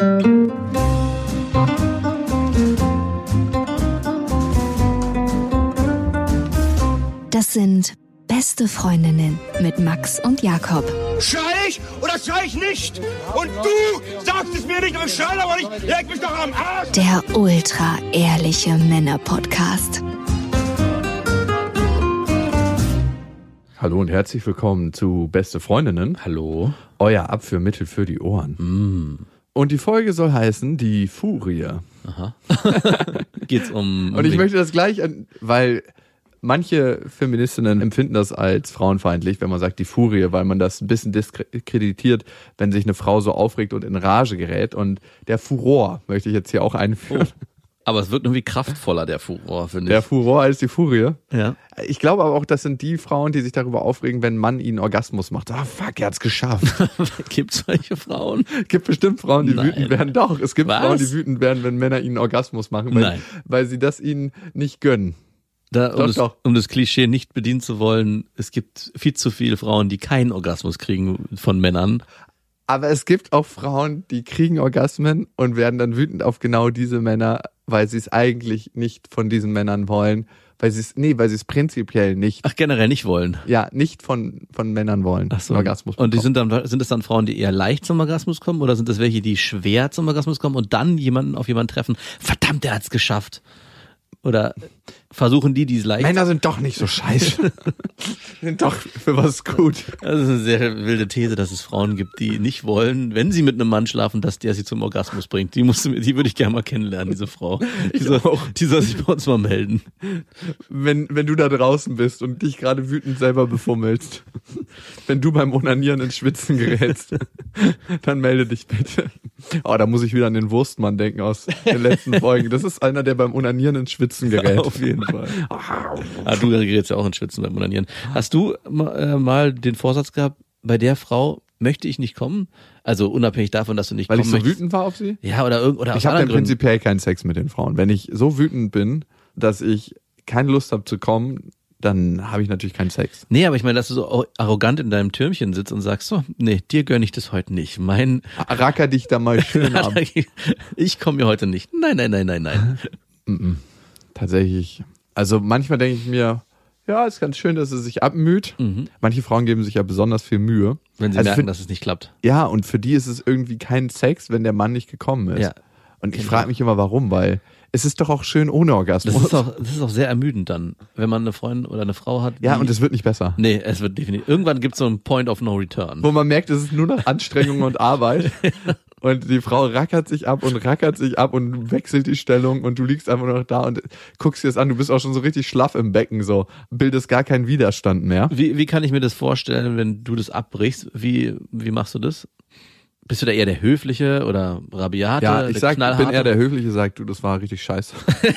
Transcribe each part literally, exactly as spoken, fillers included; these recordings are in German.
Das sind Beste Freundinnen mit Max und Jakob. Schrei ich oder schrei ich nicht? Und du sagst es mir nicht, aber ich schrei aber nicht. Leg mich doch am Arsch. Der ultra-ehrliche Männer-Podcast. Hallo und herzlich willkommen zu Beste Freundinnen. Hallo. Euer Abführmittel für die Ohren. Mm. Und die Folge soll heißen Die Furie. Aha. Geht's um... um und ich den... möchte das gleich, weil... Manche Feministinnen empfinden das als frauenfeindlich, wenn man sagt die Furie, weil man das ein bisschen diskreditiert, wenn sich eine Frau so aufregt und in Rage gerät. Und der Furor möchte ich jetzt hier auch einführen. Oh. Aber es wird irgendwie kraftvoller, der Furor, finde ich. Der Furor als die Furie? Ja. Ich glaube aber auch, das sind die Frauen, die sich darüber aufregen, wenn ein Mann ihnen Orgasmus macht. Ah, fuck, er hat's geschafft. Gibt's solche Frauen? Es gibt bestimmt Frauen, die Nein. wütend werden. Doch, es gibt Was? Frauen, die wütend werden, wenn Männer ihnen Orgasmus machen, weil, Nein. weil sie das ihnen nicht gönnen. Da, um, doch, das, doch. um das Klischee nicht bedienen zu wollen, es gibt viel zu viele Frauen, die keinen Orgasmus kriegen von Männern. Aber es gibt auch Frauen, die kriegen Orgasmen und werden dann wütend auf genau diese Männer, weil sie es eigentlich nicht von diesen Männern wollen, weil sie es, nee, weil sie es prinzipiell nicht, Ach, generell nicht wollen. ja, nicht von, von Männern wollen. Ach so. Orgasmus Und die bekommen. sind dann, sind das dann Frauen, die eher leicht zum Orgasmus kommen, oder sind das welche, die schwer zum Orgasmus kommen und dann jemanden auf jemanden treffen? Verdammt, der hat's geschafft. Oder versuchen die, die es leicht... Männer sind doch nicht so scheiße. Sind doch für was gut. Das ist eine sehr wilde These, dass es Frauen gibt, die nicht wollen, wenn sie mit einem Mann schlafen, dass der sie zum Orgasmus bringt. Die musst du, die würde ich gerne mal kennenlernen, diese Frau. Die soll, die soll sich bei uns mal melden. Wenn, wenn du da draußen bist und dich gerade wütend selber befummelst, wenn du beim Onanieren ins Schwitzen gerätst, dann melde dich bitte. Oh, da muss ich wieder an den Wurstmann denken aus den letzten Folgen. Das ist einer, der beim Onanieren ins Schwitzen gerät. Auf jeden Fall. Ah, du gerätst ja auch ins Schwitzen beim Onanieren. Hast du äh, mal den Vorsatz gehabt, bei der Frau möchte ich nicht kommen? Also unabhängig davon, dass du nicht Weil ich kommen so möchtest. wütend war auf sie? Ja, oder irgend oder aus Ich habe anderen dann Gründen. prinzipiell keinen Sex mit den Frauen. Wenn ich so wütend bin, dass ich keine Lust habe zu kommen, dann habe ich natürlich keinen Sex. Nee, aber ich meine, dass du so arrogant in deinem Türmchen sitzt und sagst, so, nee, dir gönn ich das heute nicht. Mein Racker dich da mal schön ab. Ich komme mir heute nicht. Nein, nein, nein, nein, nein. Mm-mm. Tatsächlich. Also manchmal denke ich mir, ja, ist ganz schön, dass sie sich abmüht. Mhm. Manche Frauen geben sich ja besonders viel Mühe. Wenn sie Also merken, für, dass es nicht klappt. ja, und für die ist es irgendwie kein Sex, wenn der Mann nicht gekommen ist. Ja. Und ich Genau. frage mich immer, warum, weil es ist doch auch schön ohne Orgasmus. Das ist auch, das ist auch sehr ermüdend dann, wenn man eine Freundin oder eine Frau hat. ja, die- und es wird nicht besser. Nee, es wird definitiv. Irgendwann gibt es so einen Point of No Return. Wo man merkt, es ist nur noch Anstrengung und Arbeit. Und die Frau rackert sich ab und rackert sich ab und wechselt die Stellung und du liegst einfach nur noch da und guckst dir das an. Du bist auch schon so richtig schlaff im Becken, so bildest gar keinen Widerstand mehr. Wie, wie kann ich mir das vorstellen, wenn du das abbrichst? Wie, wie machst du das? Bist du da eher der Höfliche oder Rabiate? Ja, ich der sag, ich bin Knallharte? eher der Höfliche, sagt du, das war richtig scheiße.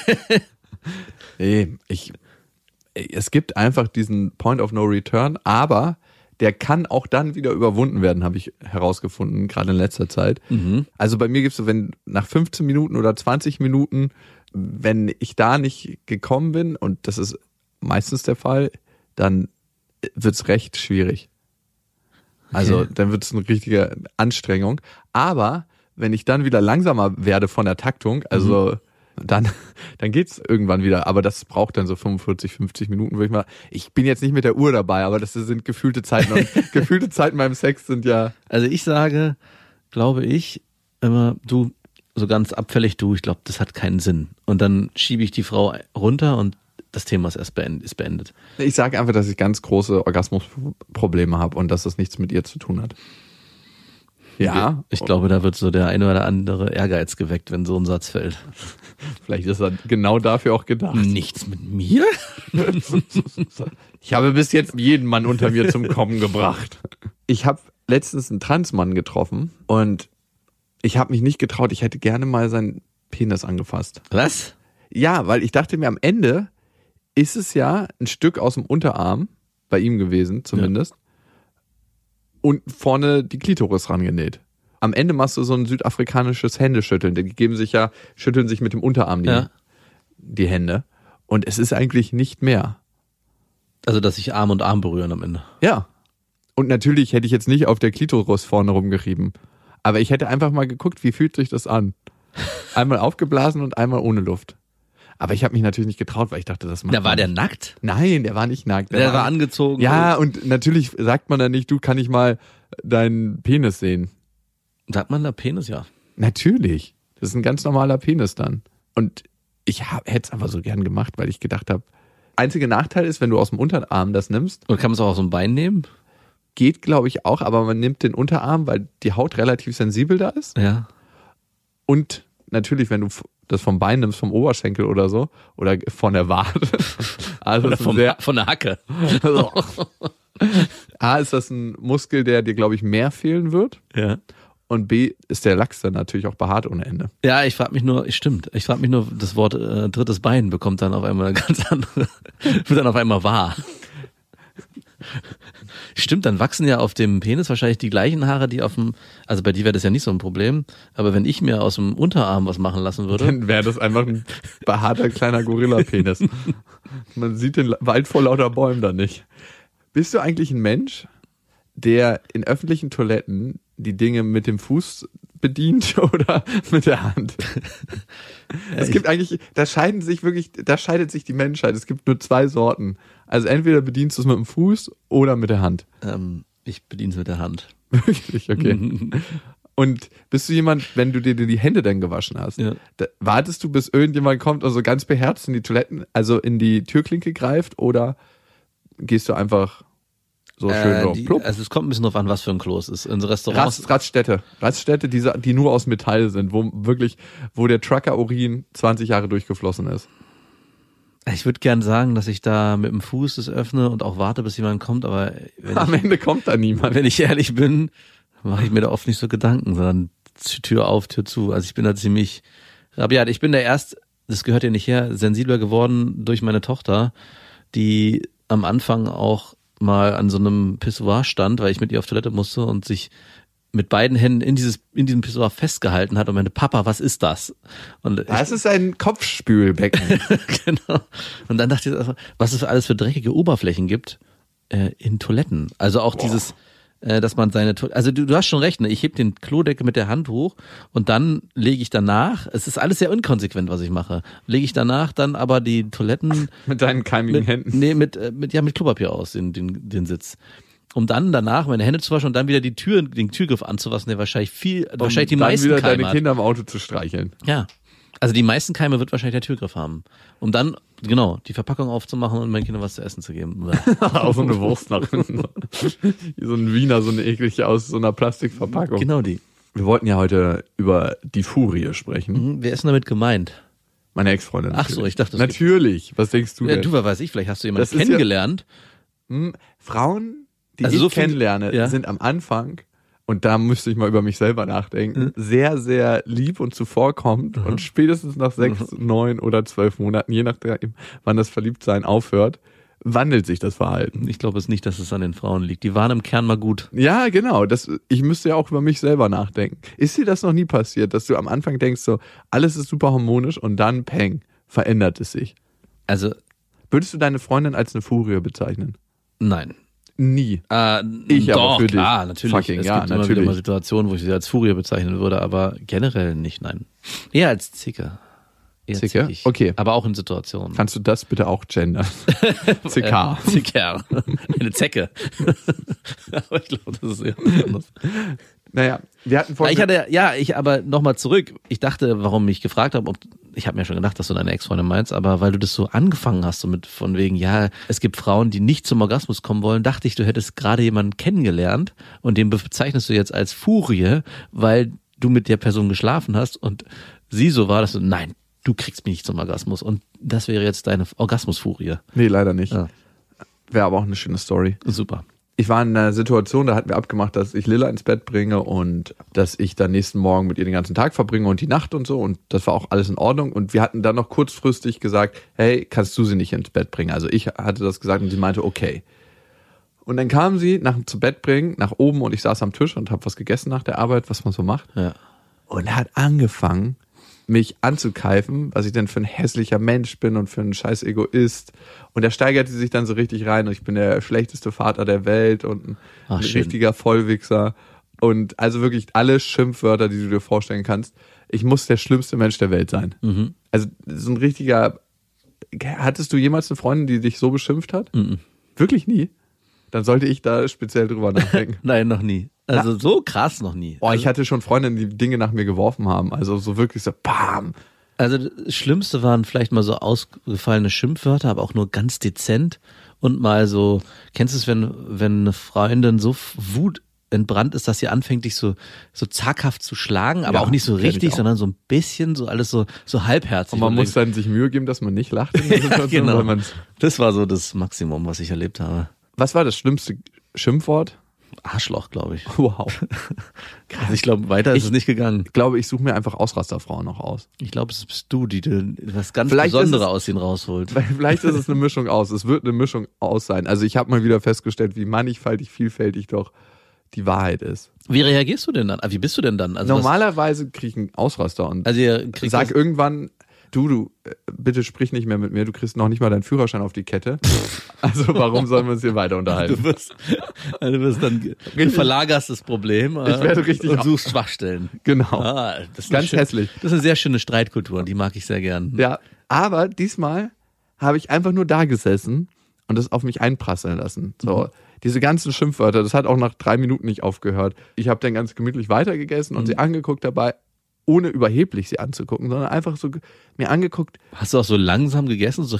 Nee, ich, es gibt einfach diesen Point of No Return, aber der kann auch dann wieder überwunden werden, habe ich herausgefunden, gerade in letzter Zeit. Mhm. Also bei mir gibt's so, wenn nach fünfzehn Minuten oder zwanzig Minuten, wenn ich da nicht gekommen bin, und das ist meistens der Fall, dann wird's recht schwierig. Also Okay. dann wird's eine richtige Anstrengung. Aber wenn ich dann wieder langsamer werde von der Taktung, also Mhm. dann, dann geht's irgendwann wieder. Aber das braucht dann so fünfundvierzig, fünfzig Minuten, würde ich mal. Ich bin jetzt nicht mit der Uhr dabei, aber das sind gefühlte Zeiten. Und gefühlte Zeiten beim Sex sind ja. Also ich sage, glaube ich, immer, du, so ganz abfällig, du, ich glaube, das hat keinen Sinn. Und dann schiebe ich die Frau runter und das Thema ist erst beendet. Ist beendet. Ich sage einfach, dass ich ganz große Orgasmusprobleme habe und dass das nichts mit ihr zu tun hat. Ja. Ich glaube, da wird so der eine oder andere Ehrgeiz geweckt, wenn so ein Satz fällt. Vielleicht ist er genau dafür auch gedacht. Nichts mit mir? Ich habe bis jetzt jeden Mann unter mir zum Kommen gebracht. Ich habe letztens einen Transmann getroffen und ich habe mich nicht getraut, ich hätte gerne mal seinen Penis angefasst. Was? Ja, weil ich dachte mir, am Ende ist es ja ein Stück aus dem Unterarm, bei ihm gewesen zumindest, ja. Und vorne die Klitoris rangenäht. Am Ende machst du so ein südafrikanisches Händeschütteln. Die geben sich ja, schütteln sich mit dem Unterarm die, ja. die Hände. Und es ist eigentlich nicht mehr. Also, dass sich Arm und Arm berühren am Ende. Ja. Und natürlich hätte ich jetzt nicht auf der Klitoris vorne rumgerieben. Aber ich hätte einfach mal geguckt, wie fühlt sich das an? Einmal aufgeblasen und einmal ohne Luft. Aber ich habe mich natürlich nicht getraut, weil ich dachte, das macht Da war man der nicht. nackt? Nein, der war nicht nackt. Der, der war, war angezogen? Ja, und natürlich sagt man dann nicht, du, kann ich mal deinen Penis sehen? Sagt man da Penis, ja. Natürlich. Das ist ein ganz normaler Penis dann. Und ich hätte es einfach so gern gemacht, weil ich gedacht habe, einziger Nachteil ist, wenn du aus dem Unterarm das nimmst. Und kann man es auch aus dem Bein nehmen? Geht, glaube ich, auch, aber man nimmt den Unterarm, weil die Haut relativ sensibel da ist. Ja. Und natürlich, wenn du das vom Bein nimmst, vom Oberschenkel oder so, oder von der Wade. Also oder vom, sehr, von der Hacke. A, ist das ein Muskel, der dir, glaube ich, mehr fehlen wird. Ja. Und B, ist der Lachs dann natürlich auch behaart ohne Ende. Ja, ich frage mich nur, stimmt, ich frage mich nur, das Wort äh, drittes Bein bekommt dann auf einmal eine ganz andere, wird dann auf einmal wahr. Stimmt, dann wachsen ja auf dem Penis wahrscheinlich die gleichen Haare, die auf dem, also bei dir wäre das ja nicht so ein Problem, aber wenn ich mir aus dem Unterarm was machen lassen würde. Dann wäre das einfach ein behaarter kleiner Gorilla-Penis. Man sieht den Wald vor lauter Bäumen da nicht. Bist du eigentlich ein Mensch, der in öffentlichen Toiletten die Dinge mit dem Fuß bedient oder mit der Hand? Ja, es gibt eigentlich, da scheiden sich wirklich, da scheidet sich die Menschheit. Es gibt nur zwei Sorten. Also entweder bedienst du es mit dem Fuß oder mit der Hand. Ähm, ich bediene es mit der Hand. Wirklich, okay. Und bist du jemand, wenn du dir die Hände dann gewaschen hast, ja. da, wartest du, bis irgendjemand kommt und so ganz beherzt in die Toiletten, also in die Türklinke greift, oder gehst du einfach so schön äh, so die, plupp? Also es kommt ein bisschen drauf an, was für ein Klo es ist. In so Restaurants. Ratz, Raststätte. Raststätte, die, die nur aus Metall sind, wo wirklich, wo der Trucker-Urin zwanzig Jahre durchgeflossen ist. Ich würde gern sagen, dass ich da mit dem Fuß das öffne und auch warte, bis jemand kommt, aber wenn am ich, Ende kommt da niemand. Wenn ich ehrlich bin, mache ich mir da oft nicht so Gedanken, sondern Tür auf, Tür zu. Also ich bin da ziemlich rabiat. Ich bin da erst, das gehört ja nicht her, sensibler geworden durch meine Tochter, die am Anfang auch mal an so einem Pissoir stand, weil ich mit ihr auf Toilette musste und sich mit beiden Händen in dieses in diesem Pissoir festgehalten hat und meinte, Papa, was ist das? Und das ist ein Kopfspülbecken. Genau. Und dann dachte ich, was es alles für dreckige Oberflächen gibt äh, in Toiletten. Also auch Boah. dieses, äh, dass man seine Toilette, also du, du hast schon recht, ne? Ich heb den Klodeckel mit der Hand hoch und dann lege ich danach, es ist alles sehr inkonsequent, was ich mache, lege ich danach dann aber die Toiletten mit deinen keimigen mit, Händen. Nee, mit, mit, ja, mit Klopapier aus, den, den, den Sitz. Um dann danach meine Hände zu waschen und dann wieder die Tür, den Türgriff anzuwaschen, der wahrscheinlich viel, um wahrscheinlich die dann meisten wieder Keime deine Kinder im Auto zu streicheln. Ja. Also die meisten Keime wird wahrscheinlich der Türgriff haben. Um dann, genau, die Verpackung aufzumachen und meinen Kindern was zu essen zu geben. Auch so eine Wurst noch. So ein Wiener, so eine eklige aus so einer Plastikverpackung. Genau die. Wir wollten ja heute über die Furie sprechen. Mhm, wer ist denn damit gemeint? Meine Ex-Freundin. Ach so, ich dachte. Natürlich. Was denkst du denn? Ja, du, wer weiß ich, vielleicht hast du jemanden das kennengelernt. Ja, mh, Frauen, die also ich so kennenlerne, ja. sind am Anfang, und da müsste ich mal über mich selber nachdenken, mhm. sehr, sehr lieb und zuvorkommend. Mhm. Und spätestens nach sechs, mhm. neun oder zwölf Monaten, je nachdem, wann das Verliebtsein aufhört, wandelt sich das Verhalten. Ich glaube es nicht, dass es an den Frauen liegt. Die waren im Kern mal gut. Ja, genau. Das, ich müsste ja auch über mich selber nachdenken. Ist dir das noch nie passiert, dass du am Anfang denkst, so, alles ist super harmonisch und dann, peng, verändert es sich? Also. Würdest du deine Freundin als eine Furie bezeichnen? Nein. Nie. Äh, ich doch, aber für klar, dich. natürlich. Fucking, es ja, gibt immer natürlich. wieder mal Situationen, wo ich sie als Furie bezeichnen würde, aber generell nicht, nein. Eher als Zicke. Eher Zicke? zickig. Okay. Aber auch in Situationen. Kannst du das bitte auch gendern? Zicker. Äh, Zicker. Eine Zecke. Aber ich glaube, das ist eher anders. Naja, wir hatten vorhin... Ich hatte, ja, ich aber nochmal zurück. Ich dachte, warum ich gefragt habe, ob, ich habe mir schon gedacht, dass du deine Ex-Freundin meinst, aber weil du das so angefangen hast, so mit von wegen, ja, es gibt Frauen, die nicht zum Orgasmus kommen wollen, dachte ich, du hättest gerade jemanden kennengelernt und den bezeichnest du jetzt als Furie, weil du mit der Person geschlafen hast und sie so war, dass du, nein, du kriegst mich nicht zum Orgasmus und das wäre jetzt deine Orgasmusfurie. Nee, leider nicht. Ja. Wäre aber auch eine schöne Story. Super. Ich war in einer Situation, da hatten wir abgemacht, dass ich Lilla ins Bett bringe und dass ich dann nächsten Morgen mit ihr den ganzen Tag verbringe und die Nacht und so, und das war auch alles in Ordnung, und wir hatten dann noch kurzfristig gesagt, hey, kannst du sie nicht ins Bett bringen? Also ich hatte das gesagt und sie meinte, okay. Und dann kam sie nach dem zu Bett bringen, nach oben, und ich saß am Tisch und habe was gegessen nach der Arbeit, was man so macht. Ja. Und hat angefangen, mich anzukeifen, was ich denn für ein hässlicher Mensch bin und für ein scheiß Egoist. Und er steigerte sich dann so richtig rein und ich bin der schlechteste Vater der Welt und ein Ach, richtiger Vollwichser. Und also wirklich alle Schimpfwörter, die du dir vorstellen kannst. Ich muss der schlimmste Mensch der Welt sein. Mhm. Also so ein richtiger... Hattest du jemals eine Freundin, die dich so beschimpft hat? Mhm. Wirklich nie? Dann sollte ich da speziell drüber nachdenken. Nein, noch nie. Also Na, so krass noch nie. Oh, ich hatte schon Freundinnen, die Dinge nach mir geworfen haben. Also so wirklich so bam. Also das Schlimmste waren vielleicht mal so ausgefallene Schimpfwörter, aber auch nur ganz dezent. Und mal so, kennst du es, wenn, wenn eine Freundin so Wut entbrannt ist, dass sie anfängt, dich so, so zaghaft zu schlagen, aber Ja, auch nicht so kenn ich richtig, auch. sondern so ein bisschen, so alles so, so halbherzig. Und man Und muss denkst, dann sich Mühe geben, dass man nicht lacht in der ja, Situation, genau. weil man's- Das war so das Maximum, was ich erlebt habe. Was war das schlimmste Schimpfwort? Arschloch, glaube ich. Wow. Also ich glaube, weiter ist Ich- es nicht gegangen. Ich glaube, ich suche mir einfach Ausrasterfrauen noch aus. Ich glaube, es bist du, die dir was ganz Vielleicht ist Besonderes es- aus ihnen rausholt. Vielleicht ist es eine Mischung aus. Es wird eine Mischung aus sein. Also ich habe mal wieder festgestellt, wie mannigfaltig, vielfältig doch die Wahrheit ist. Wie reagierst du denn dann? Ah, Wie bist du denn dann? Also was- Normalerweise kriege ich einen Ausraster und Also ihr kriegt sag das, irgendwann, du, du, äh, bitte sprich nicht mehr mit mir, du kriegst noch nicht mal deinen Führerschein auf die Kette. Also warum sollen wir uns hier weiter du unterhalten? wirst, also du wirst dann, du verlagerst das Problem äh, Ich werde richtig und au- suchst Schwachstellen. Genau. Ah, das ist Ganz eine schön- hässlich. Das ist eine sehr schöne Streitkultur und die mag ich sehr gern. Ja, aber diesmal habe ich einfach nur da gesessen und das auf mich einprasseln lassen. So, Mhm. diese ganzen Schimpfwörter, das hat auch nach drei Minuten nicht aufgehört. Ich habe dann ganz gemütlich weitergegessen und Mhm. sie angeguckt dabei, ohne überheblich sie anzugucken, sondern einfach so ge- mir angeguckt. Hast du auch so langsam gegessen, so,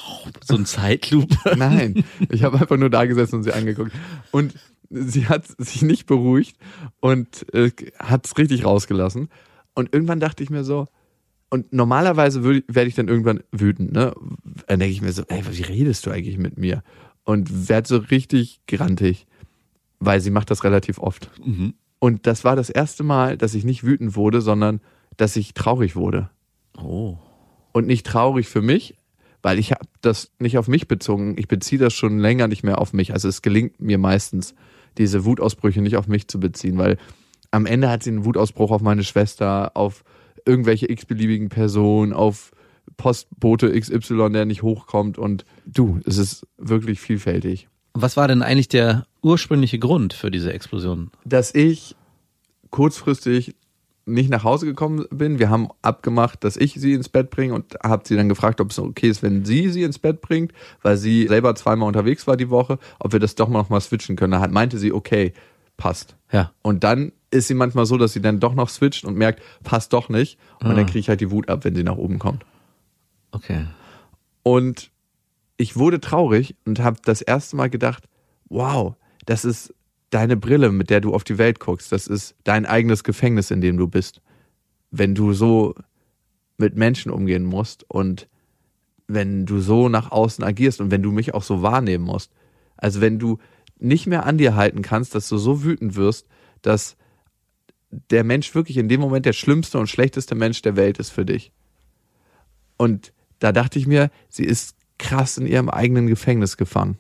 so ein Zeitloop? Nein, ich habe einfach nur da gesessen und sie angeguckt. Und sie hat sich nicht beruhigt und äh, hat es richtig rausgelassen. Und irgendwann dachte ich mir so, und normalerweise werde ich dann irgendwann wütend, ne? Dann denke ich mir so, ey, wie redest du eigentlich mit mir? Und werde so richtig grantig, weil sie macht das relativ oft. Mhm. Und das war das erste Mal, dass ich nicht wütend wurde, sondern dass ich traurig wurde. Oh. Und nicht traurig für mich, weil ich habe das nicht auf mich bezogen. Ich beziehe das schon länger nicht mehr auf mich. Also es gelingt mir meistens, diese Wutausbrüche nicht auf mich zu beziehen, weil am Ende hat sie einen Wutausbruch auf meine Schwester, auf irgendwelche x-beliebigen Personen, auf Postbote X Y, der nicht hochkommt. Und du, es ist wirklich vielfältig. Was war denn eigentlich der ursprüngliche Grund für diese Explosion? Dass ich kurzfristig nicht nach Hause gekommen bin. Wir haben abgemacht, dass ich sie ins Bett bringe und habe sie dann gefragt, ob es okay ist, wenn sie sie ins Bett bringt, weil sie selber zweimal unterwegs war die Woche, ob wir das doch noch mal switchen können. Da hat, meinte sie, okay, passt. Ja. Und dann ist sie manchmal so, dass sie dann doch noch switcht und merkt, passt doch nicht. Und Ah. dann kriege ich halt die Wut ab, wenn sie nach oben kommt. Okay. Und ich wurde traurig und habe das erste Mal gedacht, wow, das ist deine Brille, mit der du auf die Welt guckst. Das ist dein eigenes Gefängnis, in dem du bist. Wenn du so mit Menschen umgehen musst und wenn du so nach außen agierst und wenn du mich auch so wahrnehmen musst. Also wenn du nicht mehr an dir halten kannst, dass du so wütend wirst, dass der Mensch wirklich in dem Moment der schlimmste und schlechteste Mensch der Welt ist für dich. Und da dachte ich mir, sie ist krass in ihrem eigenen Gefängnis gefangen.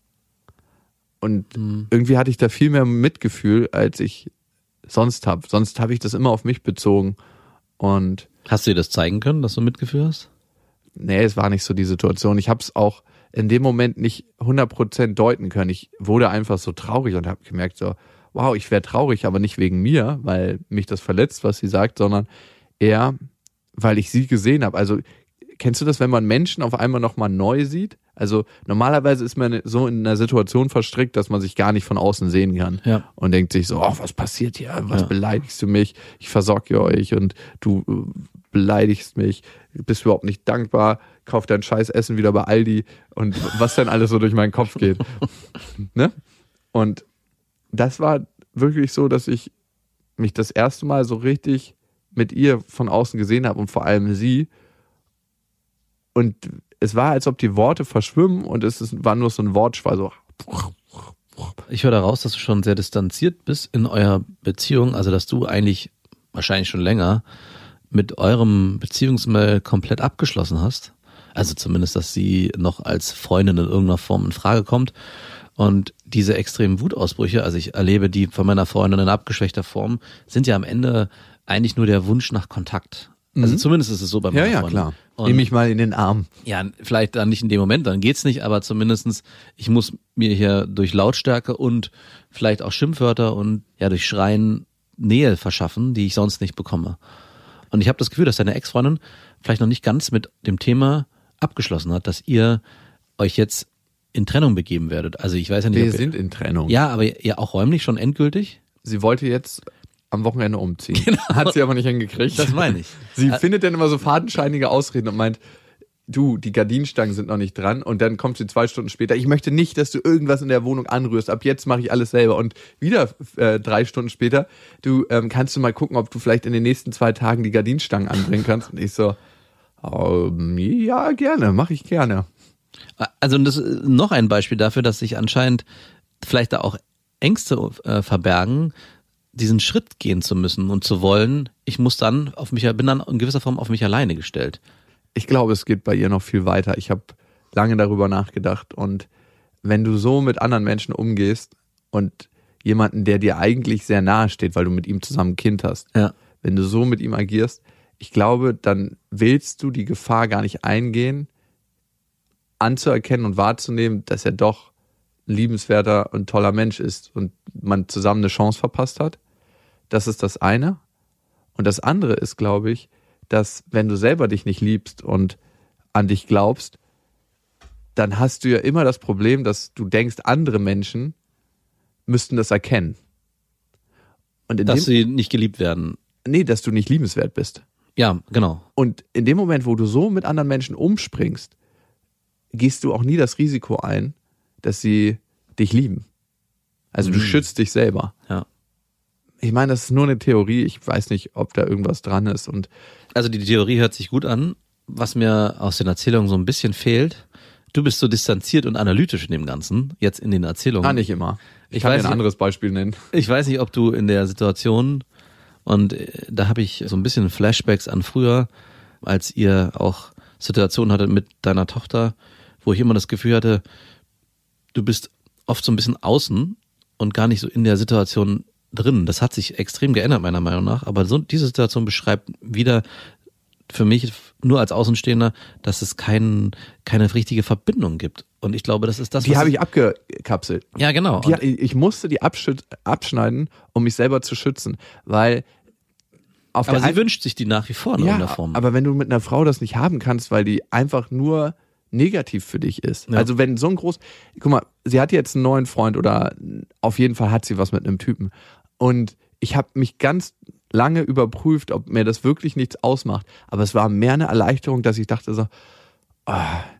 Und Mhm. irgendwie hatte ich da viel mehr Mitgefühl, als ich sonst habe. Sonst habe ich das immer auf mich bezogen. Und Hast du dir das zeigen können, dass du Mitgefühl hast? nee, es war nicht so die Situation. Ich habe es auch in dem Moment nicht hundert Prozent deuten können. Ich wurde einfach so traurig und habe gemerkt so, wow, ich wäre traurig, aber nicht wegen mir, weil mich das verletzt, was sie sagt, sondern eher, weil ich sie gesehen habe. Also kennst du das, wenn man Menschen auf einmal nochmal neu sieht? Also normalerweise ist man so in einer Situation verstrickt, dass man sich gar nicht von außen sehen kann. Ja. Und denkt sich so, oh, was passiert hier? Was Ja. beleidigst du mich? Ich versorge euch und du äh, beleidigst mich. Bist überhaupt nicht dankbar. Kauf dein scheiß Essen wieder bei Aldi und was dann alles so durch meinen Kopf geht. Ne? Und das war wirklich so, dass ich mich das erste Mal so richtig mit ihr von außen gesehen habe und vor allem sie. Und es war, als ob die Worte verschwimmen und es ist, war nur so ein Wortschwall, so. Ich höre daraus, dass du schon sehr distanziert bist in eurer Beziehung, also dass du eigentlich wahrscheinlich schon länger mit eurem Beziehungsmail komplett abgeschlossen hast. Also zumindest, dass sie noch als Freundin in irgendeiner Form in Frage kommt. Und diese extremen Wutausbrüche, also ich erlebe die von meiner Freundin in abgeschwächter Form, sind ja am Ende eigentlich nur der Wunsch nach Kontakt. Also zumindest ist es so bei meiner Ja, ja, Freundin. klar. Und Nimm mich mal in den Arm. ja, vielleicht dann nicht in dem Moment, dann geht's nicht, aber zumindestens, ich muss mir hier durch Lautstärke und vielleicht auch Schimpfwörter und ja durch Schreien Nähe verschaffen, die ich sonst nicht bekomme. Und ich habe das Gefühl, dass deine Ex-Freundin vielleicht noch nicht ganz mit dem Thema abgeschlossen hat, dass ihr euch jetzt in Trennung begeben werdet. Also ich weiß ja nicht, Wir ob ihr, sind in Trennung. ja, aber ja auch räumlich schon endgültig. Sie wollte jetzt am Wochenende umziehen. Genau. Hat sie aber nicht hingekriegt. Das meine ich. Sie findet dann immer so fadenscheinige Ausreden und meint, du, die Gardinenstangen sind noch nicht dran. Und dann kommt sie zwei Stunden später, ich möchte nicht, dass du irgendwas in der Wohnung anrührst. Ab jetzt mache ich alles selber. Und wieder äh, drei Stunden später, du, ähm, kannst du mal gucken, ob du vielleicht in den nächsten zwei Tagen die Gardinenstangen anbringen kannst. Und ich so, ähm, ja, gerne, mache ich gerne. Also das ist noch ein Beispiel dafür, dass sich anscheinend vielleicht da auch Ängste äh, verbergen, diesen Schritt gehen zu müssen und zu wollen, ich muss dann auf mich, bin dann in gewisser Form auf mich alleine gestellt. Ich glaube, es geht bei ihr noch viel weiter. Ich habe lange darüber nachgedacht. Und wenn du so mit anderen Menschen umgehst und jemanden, der dir eigentlich sehr nahe steht, weil du mit ihm zusammen ein Kind hast, Ja. wenn du so mit ihm agierst, ich glaube, dann willst du die Gefahr gar nicht eingehen, anzuerkennen und wahrzunehmen, dass er doch ein liebenswerter und toller Mensch ist und man zusammen eine Chance verpasst hat. Das ist das eine. Und das andere ist, glaube ich, dass wenn du selber dich nicht liebst und an dich glaubst, dann hast du ja immer das Problem, dass du denkst, andere Menschen müssten das erkennen. Und in Dass dem, sie nicht geliebt werden. nee, dass du nicht liebenswert bist. Ja, genau. Und in dem Moment, wo du so mit anderen Menschen umspringst, gehst du auch nie das Risiko ein, dass sie dich lieben. Also du Mhm. schützt dich selber. Ja. Ich meine, das ist nur eine Theorie. Ich weiß nicht, ob da irgendwas dran ist. Und Also die Theorie hört sich gut an. Was mir aus den Erzählungen so ein bisschen fehlt, du bist so distanziert und analytisch in dem Ganzen, jetzt in den Erzählungen. ah, nicht immer. Ich, Ich kann weiß dir ein nicht- anderes Beispiel nennen. Ich weiß nicht, ob du in der Situation, und äh, da habe ich so ein bisschen Flashbacks an früher, als ihr auch Situationen hattet mit deiner Tochter, wo ich immer das Gefühl hatte, du bist oft so ein bisschen außen und gar nicht so in der Situation drin. Das hat sich extrem geändert, meiner Meinung nach. Aber so, diese Situation beschreibt wieder für mich nur als Außenstehender, dass es kein, keine richtige Verbindung gibt. Und ich glaube, das ist das, Die was habe ich abgekapselt. ja, genau. Die, Und, ich musste die abschü- abschneiden, um mich selber zu schützen. Weil auf aber der sie einen- wünscht sich die nach wie vor in ja, irgendeiner Form. aber wenn du mit einer Frau das nicht haben kannst, weil die einfach nur negativ für dich ist. Ja. Also wenn so ein groß, guck mal, sie hat jetzt einen neuen Freund oder auf jeden Fall hat sie was mit einem Typen. Und ich habe mich ganz lange überprüft, ob mir das wirklich nichts ausmacht. Aber es war mehr eine Erleichterung, dass ich dachte so, oh,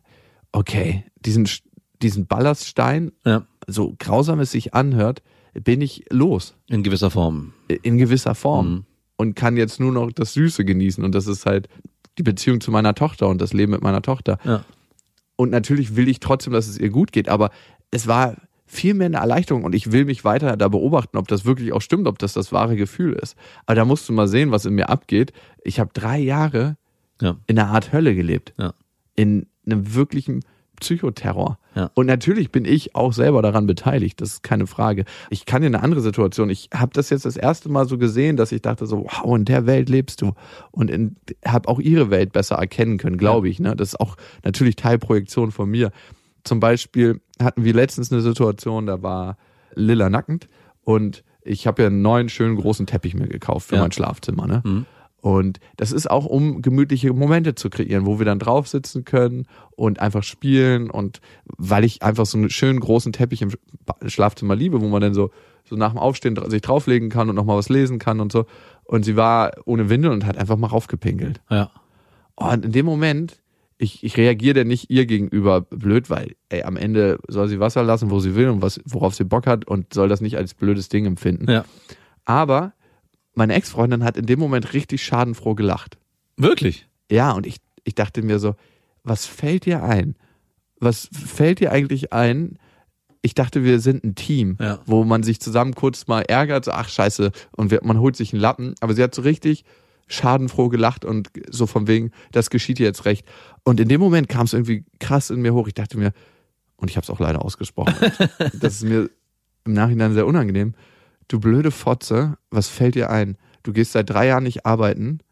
okay, diesen, diesen Ballaststein, ja, so grausam es sich anhört, bin ich los. in gewisser Form. In gewisser Form. Mhm. Und kann jetzt nur noch das Süße genießen. Und das ist halt die Beziehung zu meiner Tochter und das Leben mit meiner Tochter. Ja. Und natürlich will ich trotzdem, dass es ihr gut geht, aber es war viel mehr eine Erleichterung und ich will mich weiter da beobachten, ob das wirklich auch stimmt, ob das das wahre Gefühl ist. Aber da musst du mal sehen, was in mir abgeht. Ich habe drei Jahre Ja. in einer Art Hölle gelebt. Ja. In einem wirklichen Psychoterror. Ja. Und natürlich bin ich auch selber daran beteiligt, das ist keine Frage. Ich kann dir eine andere Situation, ich habe das jetzt das erste Mal so gesehen, dass ich dachte so, wow, in der Welt lebst du. Und habe auch ihre Welt besser erkennen können, glaube ich. Ne? Das ist auch natürlich Teilprojektion von mir. Zum Beispiel hatten wir letztens eine Situation, da war Lilla nackend und ich habe ja einen neuen, schönen, großen Teppich mir gekauft für Ja. mein Schlafzimmer. Ne? Mhm. Und das ist auch, um gemütliche Momente zu kreieren, wo wir dann drauf sitzen können und einfach spielen. Und weil ich einfach so einen schönen großen Teppich im Schlafzimmer liebe, wo man dann so, so nach dem Aufstehen sich drauflegen kann und nochmal was lesen kann und so. Und sie war ohne Windel und hat einfach mal raufgepinkelt. Ja. Und in dem Moment, ich, ich reagiere dann nicht ihr gegenüber blöd, weil ey, am Ende soll sie Wasser lassen, wo sie will und was, worauf sie Bock hat und soll das nicht als blödes Ding empfinden. Ja. Aber meine Ex-Freundin hat in dem Moment richtig schadenfroh gelacht. Wirklich? Ja, und ich, ich dachte mir so, was fällt dir ein? Was fällt dir eigentlich ein? Ich dachte, wir sind ein Team, Ja. wo man sich zusammen kurz mal ärgert, so ach scheiße, und wir, man holt sich einen Lappen. Aber sie hat so richtig schadenfroh gelacht und so von wegen, das geschieht dir jetzt recht. Und in dem Moment kam es irgendwie krass in mir hoch. Ich dachte mir, und ich habe es auch leider ausgesprochen, das ist mir im Nachhinein sehr unangenehm. Du blöde Fotze, was fällt dir ein? Du gehst seit drei Jahren nicht arbeiten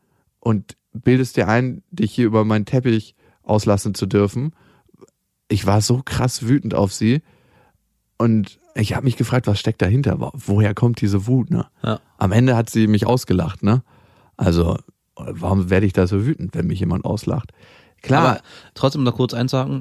und bildest dir ein, dich hier über meinen Teppich auslassen zu dürfen. Ich war so krass wütend auf sie und ich habe mich gefragt, was steckt dahinter? Woher kommt diese Wut? Ne? Ja. Am Ende hat sie mich ausgelacht. Ne? Also warum werde ich da so wütend, wenn mich jemand auslacht? Klar. Aber trotzdem noch kurz einzuhaken,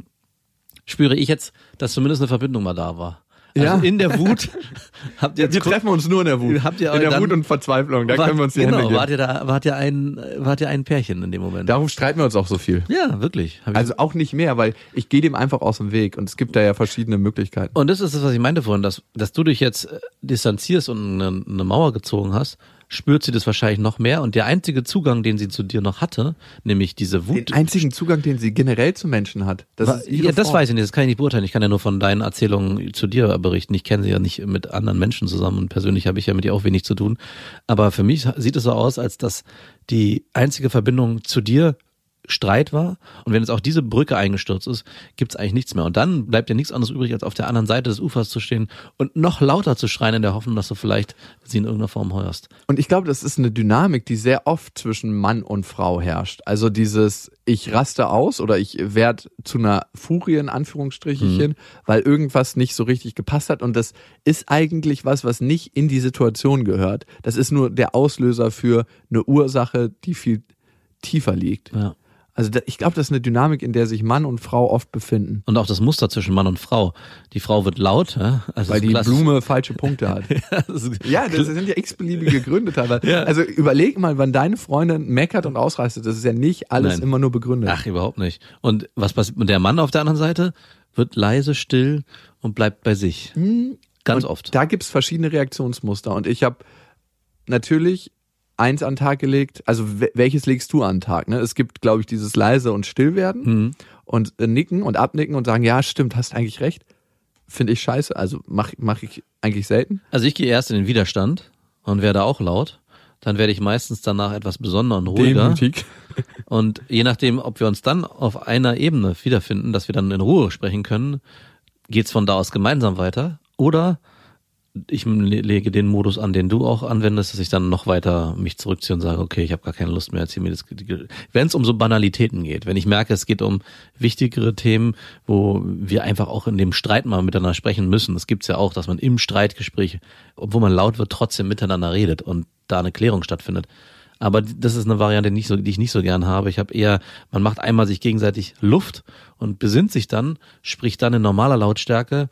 spüre ich jetzt, dass zumindest eine Verbindung mal da war. Also Ja. in der Wut habt ihr Wir treffen uns nur in der Wut. Habt ihr in der dann, Wut und Verzweiflung, da wart, können wir uns die genau, Hände geben. wart ihr da, wart ihr ein, wart ihr ein Pärchen in dem Moment? Darum streiten wir uns auch so viel. Ja, wirklich. Hab ich- Also auch nicht mehr, weil ich gehe dem einfach aus dem Weg und es gibt da ja verschiedene Möglichkeiten. Und das ist das, was ich meinte vorhin, dass, dass du dich jetzt äh, distanzierst und eine, eine Mauer gezogen hast, spürt sie das wahrscheinlich noch mehr und der einzige Zugang, den sie zu dir noch hatte, nämlich diese Wut. Den einzigen Zugang, den sie generell zu Menschen hat. Das War- ist ihre ja, das Frau. weiß ich nicht, das kann ich nicht beurteilen. Ich kann ja nur von deinen Erzählungen zu dir berichten. Ich kenne sie ja nicht mit anderen Menschen zusammen und persönlich habe ich ja mit ihr auch wenig zu tun. Aber für mich sieht es so aus, als dass die einzige Verbindung zu dir Streit war und wenn jetzt auch diese Brücke eingestürzt ist, gibt's eigentlich nichts mehr. Und dann bleibt ja nichts anderes übrig, als auf der anderen Seite des Ufers zu stehen und noch lauter zu schreien in der Hoffnung, dass du vielleicht sie in irgendeiner Form heuerst. Und ich glaube, das ist eine Dynamik, die sehr oft zwischen Mann und Frau herrscht. Also dieses, ich raste aus oder ich werde zu einer Furie in Anführungsstrichen, mhm. weil irgendwas nicht so richtig gepasst hat. Und das ist eigentlich was, was nicht in die Situation gehört. Das ist nur der Auslöser für eine Ursache, die viel tiefer liegt. Ja. Also da, ich glaube, das ist eine Dynamik, in der sich Mann und Frau oft befinden. Und auch das Muster zwischen Mann und Frau. Die Frau wird laut, ja? Also Weil die klassisch- Blume falsche Punkte hat. ja, das ist, Ja, das sind ja x-beliebige Gründe teilweise. Ja. Also überleg mal, wann deine Freundin meckert und ausrastet. Das ist ja nicht alles Nein. immer nur begründet. Ach, überhaupt nicht. Und was passiert? Und der Mann auf der anderen Seite wird leise, still und bleibt bei sich. Ganz und oft. Da gibt's verschiedene Reaktionsmuster. Und ich habe natürlich eins an den Tag gelegt. Also w- welches legst du an den Tag? Ne? Es gibt, glaube ich, dieses leise und still werden Mhm. und äh, nicken und abnicken und sagen, ja, stimmt, hast eigentlich recht. Finde ich scheiße. Also mach, mach ich eigentlich selten. Also ich gehe erst in den Widerstand und werde auch laut. Dann werde ich meistens danach etwas besonderer und ruhiger. Demütig. Und je nachdem, ob wir uns dann auf einer Ebene wiederfinden, dass wir dann in Ruhe sprechen können, geht's von da aus gemeinsam weiter. Oder ich lege den Modus an, den du auch anwendest, dass ich dann noch weiter mich zurückziehe und sage, okay, ich habe gar keine Lust mehr, jetzt hier mir das. Wenn es um so Banalitäten geht, wenn ich merke, es geht um wichtigere Themen, wo wir einfach auch in dem Streit mal miteinander sprechen müssen. Es gibt's ja auch, dass man im Streitgespräch, obwohl man laut wird, trotzdem miteinander redet und da eine Klärung stattfindet. Aber das ist eine Variante, die, nicht so, die ich nicht so gern habe. Ich habe eher, man macht einmal sich gegenseitig Luft und besinnt sich dann, spricht dann in normaler Lautstärke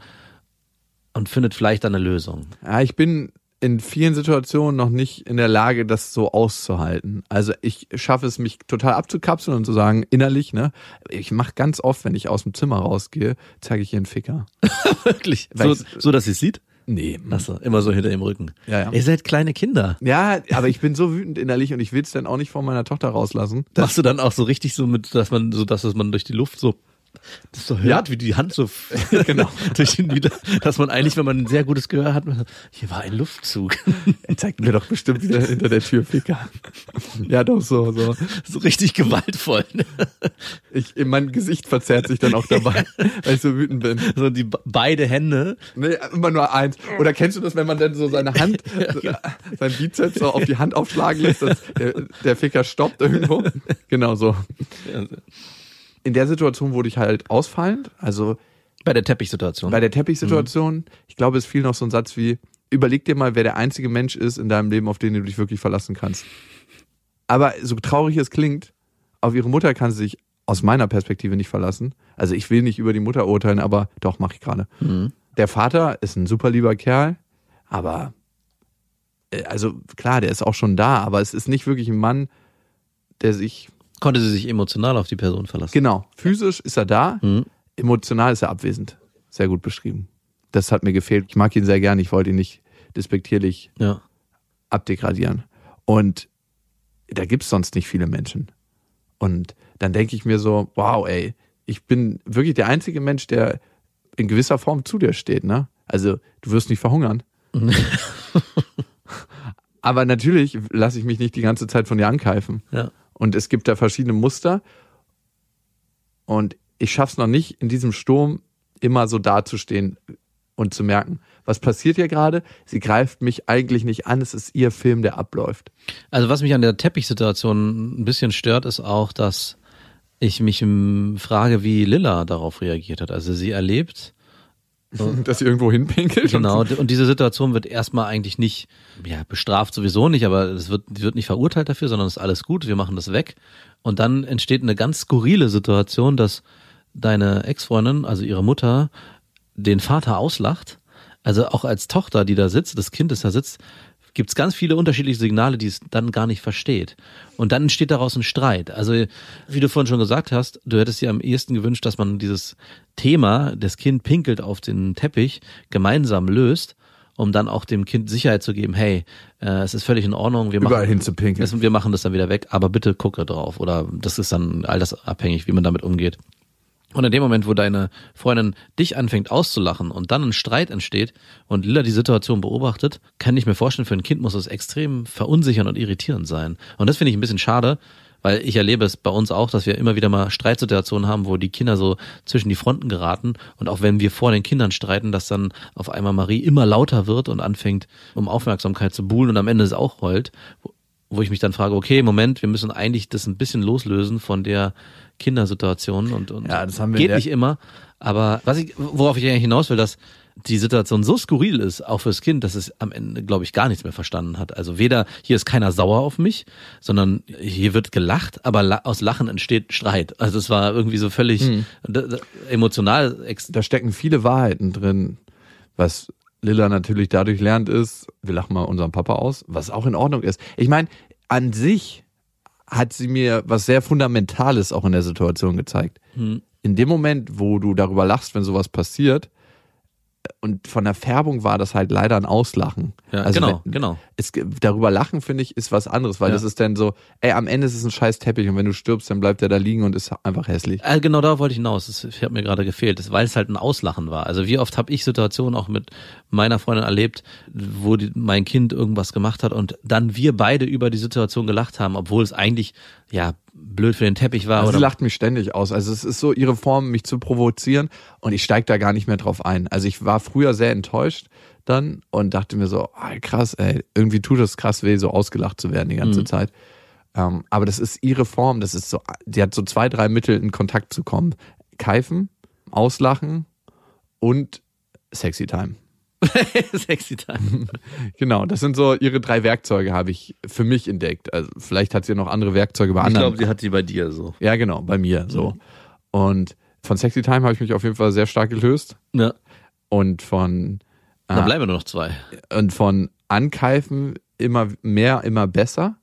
und findet vielleicht dann eine Lösung. Ja, ich bin in vielen Situationen noch nicht in der Lage, das so auszuhalten. Also ich schaffe es, mich total abzukapseln und zu sagen, innerlich, ne, ich mache ganz oft, wenn ich aus dem Zimmer rausgehe, zeige ich ihr einen Ficker. Wirklich? Weil So, ich- so, dass sie es sieht? Nee. Achso, immer so hinter dem Rücken. Ja, ja. Ihr seid kleine Kinder. Ja, aber ich bin so wütend innerlich und ich will es dann auch nicht vor meiner Tochter rauslassen. Machst du dann auch so richtig so mit, dass man, so dass es man durch die Luft so, das so hört, wie die Hand so, genau, durch den Wider, dass man eigentlich, wenn man ein sehr gutes Gehör hat, man sagt, hier war ein Luftzug. Er zeigt mir doch bestimmt wieder hinter der Tür Ficker. Ja, doch so, so. So richtig gewaltvoll. Ne? Ich, mein Gesicht verzerrt sich dann auch dabei, weil ich so wütend bin. So die beide Hände. Nee, immer nur eins. Oder kennst du das, wenn man dann so seine Hand, sein Bizeps so auf die Hand aufschlagen lässt, dass der, der Ficker stoppt irgendwo? Genau so. In der Situation wurde ich halt ausfallend. Also Bei der Teppichsituation. bei der Teppichsituation, ich glaube, es fiel noch so ein Satz wie, überleg dir mal, wer der einzige Mensch ist in deinem Leben, auf den du dich wirklich verlassen kannst. Aber so traurig es klingt, auf ihre Mutter kann sie sich aus meiner Perspektive nicht verlassen. Also ich will nicht über die Mutter urteilen, aber doch, mache ich gerade. Mhm. Der Vater ist ein super lieber Kerl, aber äh, also klar, der ist auch schon da, aber es ist nicht wirklich ein Mann, der sich, Konnte sie sich emotional auf die Person verlassen. genau, physisch ist er da, Mhm. emotional ist er abwesend. Sehr gut beschrieben. Das hat mir gefehlt. Ich mag ihn sehr gern, ich wollte ihn nicht despektierlich Ja. abdegradieren. Und da gibt's sonst nicht viele Menschen. Und dann denke ich mir so, wow, ey, ich bin wirklich der einzige Mensch, der in gewisser Form zu dir steht, ne? Also, du wirst nicht verhungern. Aber natürlich lasse ich mich nicht die ganze Zeit von dir ankeifen. Ja. Und es gibt da verschiedene Muster. Und ich schaff's noch nicht, in diesem Sturm immer so dazustehen und zu merken, was passiert hier gerade? Sie greift mich eigentlich nicht an, es ist ihr Film, der abläuft. Also was mich an der Teppichsituation ein bisschen stört, ist auch, dass ich mich m, frage, wie Lilla darauf reagiert hat. Also sie erlebt... Dass sie irgendwo hinpinkelt? Genau, und diese Situation wird erstmal eigentlich nicht, ja, bestraft sowieso nicht, aber es wird, wird nicht verurteilt dafür, sondern es ist alles gut, wir machen das weg. Und dann entsteht eine ganz skurrile Situation, dass deine Ex-Freundin, also ihre Mutter, den Vater auslacht. Also auch als Tochter, die da sitzt, das Kind, das da sitzt, gibt es ganz viele unterschiedliche Signale, die es dann gar nicht versteht. Und dann entsteht daraus ein Streit. Also wie du vorhin schon gesagt hast, du hättest dir am ehesten gewünscht, dass man dieses Thema, das Kind pinkelt auf den Teppich, gemeinsam löst, um dann auch dem Kind Sicherheit zu geben, hey, äh, es ist völlig in Ordnung, wir Überall machen, hinzupinkeln. es, wir machen das dann wieder weg, aber bitte gucke drauf. Oder das ist dann all das abhängig, wie man damit umgeht. Und in dem Moment, wo deine Freundin dich anfängt auszulachen und dann ein Streit entsteht und Lilla die Situation beobachtet, kann ich mir vorstellen, für ein Kind muss es extrem verunsichernd und irritierend sein. Und das finde ich ein bisschen schade, weil ich erlebe es bei uns auch, dass wir immer wieder mal Streitsituationen haben, wo die Kinder so zwischen die Fronten geraten und auch wenn wir vor den Kindern streiten, dass dann auf einmal Marie immer lauter wird und anfängt, um Aufmerksamkeit zu buhlen und am Ende es auch heult, wo ich mich dann frage, okay, Moment, wir müssen eigentlich das ein bisschen loslösen von der Kindersituation und, und ja, das haben wir geht in nicht immer, aber was ich, worauf ich eigentlich hinaus will, dass die Situation so skurril ist, auch fürs Kind, dass es am Ende, glaube ich, gar nichts mehr verstanden hat. Also weder, hier ist keiner sauer auf mich, sondern hier wird gelacht, aber la- aus Lachen entsteht Streit. Also es war irgendwie so völlig mhm. d- d- emotional. Ex- da stecken viele Wahrheiten drin, was Lilla natürlich dadurch lernt ist, wir lachen mal unseren Papa aus, was auch in Ordnung ist. Ich meine, an sich hat sie mir was sehr Fundamentales auch in der Situation gezeigt. Hm. In dem Moment, wo du darüber lachst, wenn sowas passiert, und von der Färbung war das halt leider ein Auslachen. Ja, also genau, wenn, genau. Es, darüber lachen, finde ich, ist was anderes, weil ja. das ist dann so, ey, am Ende ist es ein scheiß Teppich und wenn du stirbst, dann bleibt der da liegen und ist einfach hässlich. Äh, genau, da wollte ich hinaus. Das hat mir gerade gefehlt, das, weil es halt ein Auslachen war. Also wie oft habe ich Situationen auch mit meiner Freundin erlebt, wo die, mein Kind irgendwas gemacht hat und dann wir beide über die Situation gelacht haben, obwohl es eigentlich, ja, blöd für den Teppich war. Also oder sie lacht mich ständig aus. Also es ist so ihre Form, mich zu provozieren und ich steige da gar nicht mehr drauf ein. Also ich war früher sehr enttäuscht dann und dachte mir so, oh, krass, ey, irgendwie tut es krass weh, so ausgelacht zu werden die ganze mhm. Zeit. Ähm, aber das ist ihre Form, das ist so, die hat so zwei, drei Mittel, in Kontakt zu kommen. Keifen, auslachen und Sexy Time. Sexy Time. Genau, das sind so ihre drei Werkzeuge, habe ich für mich entdeckt. Also vielleicht hat sie noch andere Werkzeuge bei ich anderen. Ich glaube, sie hat die bei dir so. Ja, genau, bei mir so. Mhm. Und von Sexy Time habe ich mich auf jeden Fall sehr stark gelöst. Ja. Und von Dann äh, bleiben nur noch zwei. Und von Ankeifen immer mehr, immer besser.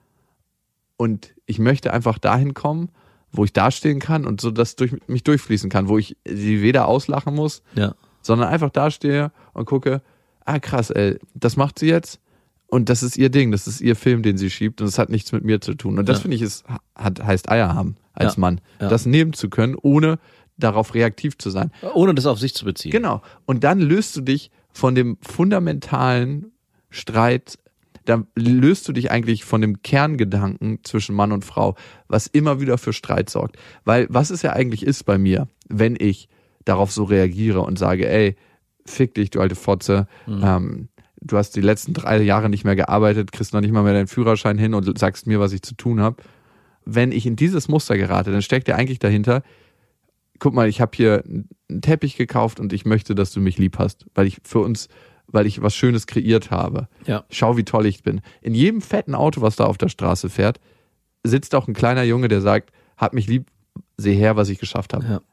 Und ich möchte einfach dahin kommen, wo ich dastehen kann und so das durch mich durchfließen kann, wo ich sie weder auslachen muss, ja. sondern einfach dastehe und gucke, ah krass, ey, das macht sie jetzt und das ist ihr Ding, das ist ihr Film, den sie schiebt und es hat nichts mit mir zu tun. Und das ja. finde ich, ist, hat, heißt Eier haben als ja. Mann, ja. das nehmen zu können, ohne darauf reaktiv zu sein. Ohne das auf sich zu beziehen. Genau. Und dann löst du dich von dem fundamentalen Streit, dann löst du dich eigentlich von dem Kerngedanken zwischen Mann und Frau, was immer wieder für Streit sorgt. Weil was es ja eigentlich ist bei mir, wenn ich darauf so reagiere und sage, ey, fick dich, du alte Fotze, mhm. ähm, du hast die letzten drei Jahre nicht mehr gearbeitet, kriegst noch nicht mal mehr deinen Führerschein hin und sagst mir, was ich zu tun habe. Wenn ich in dieses Muster gerate, dann steckt ja eigentlich dahinter, guck mal, ich habe hier einen Teppich gekauft und ich möchte, dass du mich lieb hast, weil ich für uns, weil ich was Schönes kreiert habe. Ja. Schau, wie toll ich bin. In jedem fetten Auto, was da auf der Straße fährt, sitzt auch ein kleiner Junge, der sagt, hab mich lieb, seh her, was ich geschafft habe. Ja.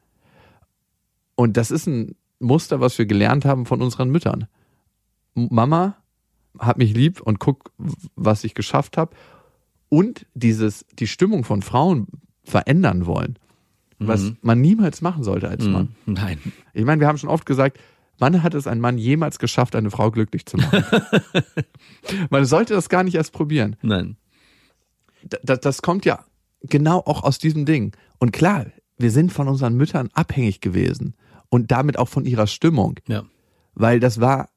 Und das ist ein Muster, was wir gelernt haben von unseren Müttern. Mama, hab mich lieb und guck, was ich geschafft habe. Und dieses, die Stimmung von Frauen verändern wollen. Was mhm. man niemals machen sollte als Mann. Mhm. Nein. Ich meine, wir haben schon oft gesagt, wann hat es ein Mann jemals geschafft, eine Frau glücklich zu machen? Man sollte das gar nicht erst probieren. Nein. Das, das kommt ja genau auch aus diesem Ding. Und klar, wir sind von unseren Müttern abhängig gewesen. Und damit auch von ihrer Stimmung. Ja. Weil das war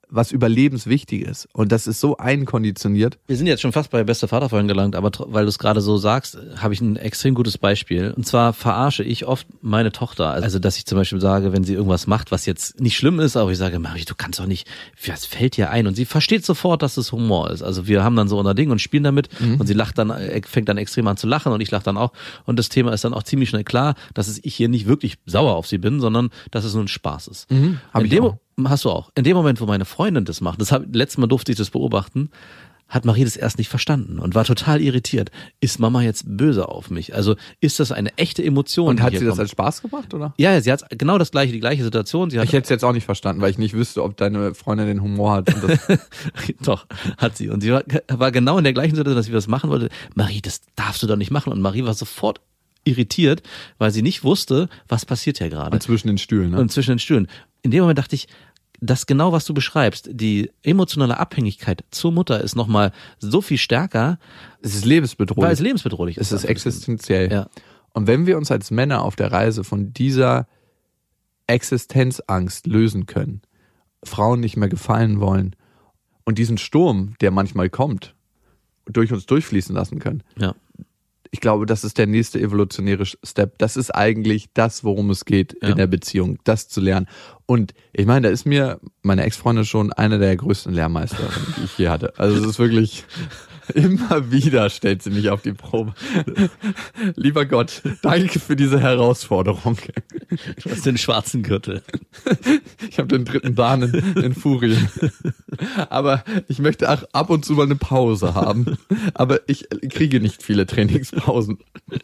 was Überlebenswichtiges. Und das ist so einkonditioniert. Wir sind jetzt schon fast bei beste Vaterfreund gelangt, aber tr- weil du es gerade so sagst, habe ich ein extrem gutes Beispiel. Und zwar verarsche ich oft meine Tochter. Also, dass ich zum Beispiel sage, wenn sie irgendwas macht, was jetzt nicht schlimm ist, aber ich sage, Marie, du kannst doch nicht, was fällt dir ein? Und sie versteht sofort, dass es Humor ist. Also wir haben dann so unser Ding und spielen damit mhm. und sie lacht dann, fängt dann extrem an zu lachen und ich lache dann auch. Und das Thema ist dann auch ziemlich schnell klar, dass es ich hier nicht wirklich sauer auf sie bin, sondern dass es nur ein Spaß ist. Mhm, hab in ich dem, auch. Hast du auch. In dem Moment, wo meine Freundin das macht, das hab, letztes Mal durfte ich das beobachten, hat Marie das erst nicht verstanden und war total irritiert. Ist Mama jetzt böse auf mich? Also ist das eine echte Emotion? Und hat die sie hier das kommt? als Spaß gemacht, oder? Ja, ja, sie hat genau das gleiche, die gleiche Situation. Sie hat Ich hätte es jetzt auch nicht verstanden, weil ich nicht wüsste, ob deine Freundin den Humor hat. Und das Doch, hat sie. Und sie war, war genau in der gleichen Situation, dass sie das machen wollte. Marie, das darfst du doch nicht machen. Und Marie war sofort irritiert, weil sie nicht wusste, was passiert hier gerade. und zwischen den Stühlen, ne? Und zwischen den Stühlen. In dem Moment dachte ich, das genau, was du beschreibst, die emotionale Abhängigkeit zur Mutter ist nochmal so viel stärker, Es ist lebensbedrohlich. weil es lebensbedrohlich ist. Es ist existenziell. Ja. Und wenn wir uns als Männer auf der Reise von dieser Existenzangst lösen können, Frauen nicht mehr gefallen wollen und diesen Sturm, der manchmal kommt, durch uns durchfließen lassen können, Ja. ich glaube, das ist der nächste evolutionäre Step. Das ist eigentlich das, worum es geht Ja. in der Beziehung, das zu lernen. Und ich meine, da ist mir meine Ex-Freundin schon eine der größten Lehrmeister, die ich je hatte. Also es ist wirklich, immer wieder stellt sie mich auf die Probe. Lieber Gott, danke für diese Herausforderung. Du hast den schwarzen Gürtel. Ich habe den dritten Dan in, in Furien. Aber ich möchte auch ab und zu mal eine Pause haben. Aber ich kriege nicht viele Trainingspausen.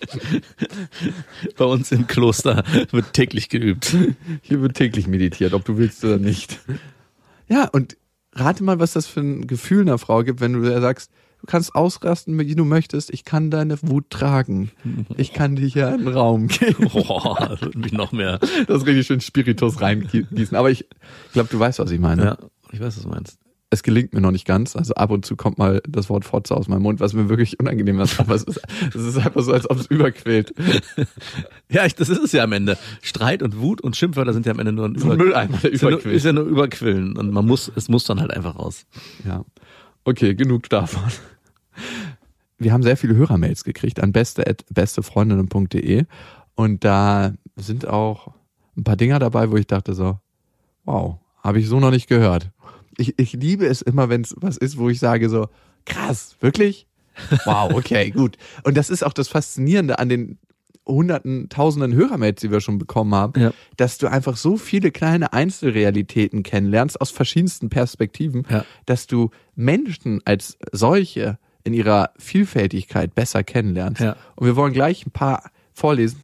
Bei uns im Kloster wird täglich geübt. Hier wird täglich meditiert, ob du willst oder nicht. Ja, und rate mal, was das für ein Gefühl einer Frau gibt, wenn du sagst, du kannst ausrasten, wie du möchtest, ich kann deine Wut tragen. Ich kann dir hier einen Raum geben. Boah, das wird mich noch mehr. Das ist richtig schön Spiritus reingießen. Aber ich glaube, du weißt, was ich meine. Ja, ich weiß, was du meinst. Es gelingt mir noch nicht ganz. Also ab und zu kommt mal das Wort Fotze aus meinem Mund, was mir wirklich unangenehm ist. Aber es ist, es ist einfach so, als ob es überquillt. Ja, ich, das ist es ja am Ende. Streit und Wut und Schimpfwörter sind ja am Ende nur ein So ein Mülleimer, der ist ja nur, überquillt. ist ja nur überquillen. Und man muss, es muss dann halt einfach raus. Ja. Okay, genug davon. Wir haben sehr viele Hörermails gekriegt an beste at bestefreundinnen punkt de und da sind auch ein paar Dinger dabei, wo ich dachte so, wow, habe ich so noch nicht gehört. Ich, ich liebe es immer, wenn es was ist, wo ich sage so, krass, wirklich? Wow, okay, gut. Und das ist auch das Faszinierende an den hunderten, tausenden Hörermails, die wir schon bekommen haben, Ja. dass du einfach so viele kleine Einzelrealitäten kennenlernst aus verschiedensten Perspektiven, Ja. dass du Menschen als solche in ihrer Vielfältigkeit besser kennenlernst. Ja. Und wir wollen gleich ein paar vorlesen.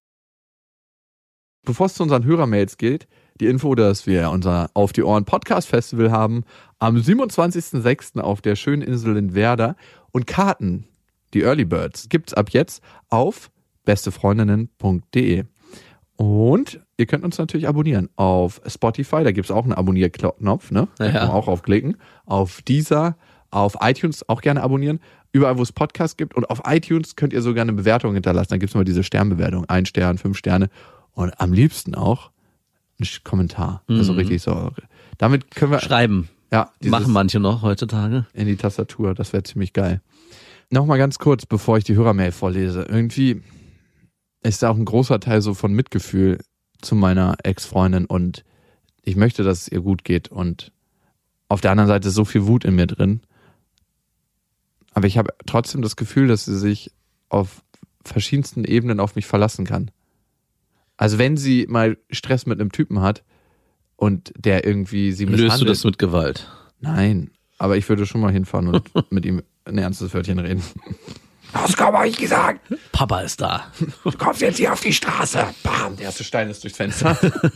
Bevor es zu unseren Hörermails geht, die Info, dass wir unser Auf die Ohren Podcast Festival haben am siebenundzwanzigsten sechsten auf der schönen Insel in Werder und Karten, die Early Birds, gibt's ab jetzt auf bestefreundinnen punkt de. Und ihr könnt uns natürlich abonnieren auf Spotify, da gibt's auch einen Abonnierknopf, ne? Da Ja. kann man auch aufklicken. Auf Deezer, auf iTunes auch gerne abonnieren. Überall, wo es Podcasts gibt. Und auf iTunes könnt ihr sogar eine Bewertung hinterlassen. Da gibt's immer diese Sternbewertung. Ein Stern, fünf Sterne. Und am liebsten auch ein Kommentar. Also Mhm. richtig so. Damit können wir Schreiben. ja, dieses Machen manche noch heutzutage. in die Tastatur. Das wäre ziemlich geil. Nochmal ganz kurz, bevor ich die Hörermail vorlese. Irgendwie ist da auch ein großer Teil so von Mitgefühl zu meiner Ex-Freundin und ich möchte, dass es ihr gut geht und auf der anderen Seite ist so viel Wut in mir drin. Aber ich habe trotzdem das Gefühl, dass sie sich auf verschiedensten Ebenen auf mich verlassen kann. Also wenn sie mal Stress mit einem Typen hat und der irgendwie sie misshandelt. Löst du das mit Gewalt? Nein, aber ich würde schon mal hinfahren und mit ihm ein ernstes Wörtchen reden. Oskar, hab ich gesagt. Papa ist da. Du kommst jetzt hier auf die Straße. Bam, der erste Stein ist durchs Fenster.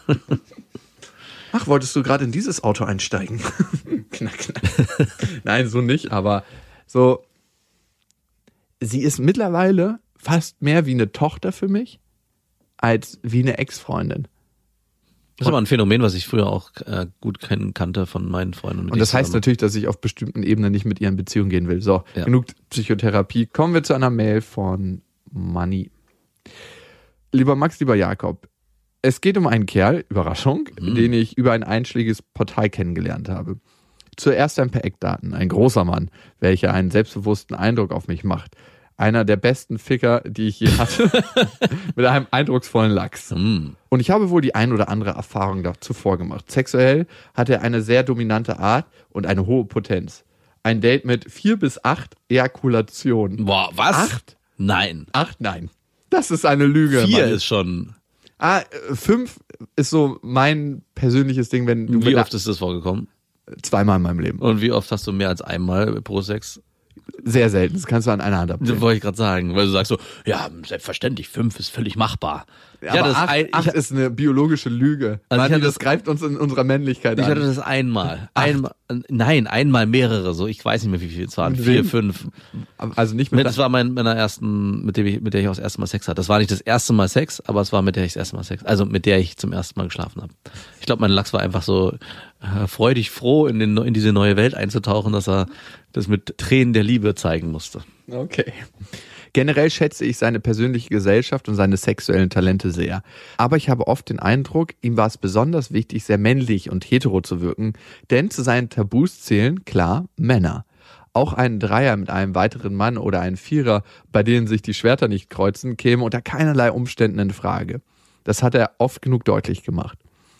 Ach, wolltest du gerade in dieses Auto einsteigen? Knack, knack. Nein, so nicht, aber so, sie ist mittlerweile fast mehr wie eine Tochter für mich, als wie eine Ex-Freundin. Das ist aber ein Phänomen, was ich früher auch äh, gut kennen kannte von meinen Freunden. Und das heißt natürlich, dass ich auf bestimmten Ebenen nicht mit ihr in Beziehung gehen will. So, Ja. genug Psychotherapie. Kommen wir zu einer Mail von Manni. Lieber Max, lieber Jakob, es geht um einen Kerl, Überraschung, Mhm. den ich über ein einschlägiges Portal kennengelernt habe. Zuerst ein paar Eckdaten. Ein großer Mann, welcher einen selbstbewussten Eindruck auf mich macht. Einer der besten Ficker, die ich je hatte. Mit einem eindrucksvollen Lachs. Mm. Und ich habe wohl die ein oder andere Erfahrung zuvor gemacht. Sexuell hat er eine sehr dominante Art und eine hohe Potenz. Ein Date mit vier bis acht Ejakulationen. Boah, was? Acht? Nein. Acht, nein. Das ist eine Lüge. Vier Mann. ist schon... Ah, fünf ist so mein persönliches Ding, wenn du Wie mit oft ist das vorgekommen? zweimal in meinem Leben. Und wie oft hast du mehr als einmal pro Sex? Sehr selten. Das kannst du an einer Hand Das abzählen. wollte ich gerade sagen, weil du sagst so, ja, selbstverständlich, fünf ist völlig machbar. Aber das acht, ein, acht ich, ist eine biologische Lüge. Also Mann, ich hatte das das- greift uns in unserer Männlichkeit ich an. hatte das einmal. einmal. Nein, einmal mehrere, so ich weiß nicht mehr, wie viele es waren. Mit Vier, wem? fünf. Also nicht mit Das war mein, meiner ersten, mit dem ich, mit der ich auch das erste Mal Sex hatte. Das war nicht das erste Mal Sex, aber es war mit der ich das erste Mal Sex, also mit der ich zum ersten Mal geschlafen habe. Ich glaube, mein Lachs war einfach so äh, freudig froh, in, den, in diese neue Welt einzutauchen, dass er das mit Tränen der Liebe zeigen musste. Okay. Generell schätze ich seine persönliche Gesellschaft und seine sexuellen Talente sehr. Aber ich habe oft den Eindruck, ihm war es besonders wichtig, sehr männlich und hetero zu wirken, denn zu seinen Tabus zählen, klar, Männer. Auch ein Dreier mit einem weiteren Mann oder ein Vierer, bei denen sich die Schwerter nicht kreuzen, käme unter keinerlei Umständen in Frage. Das hat er oft genug deutlich gemacht.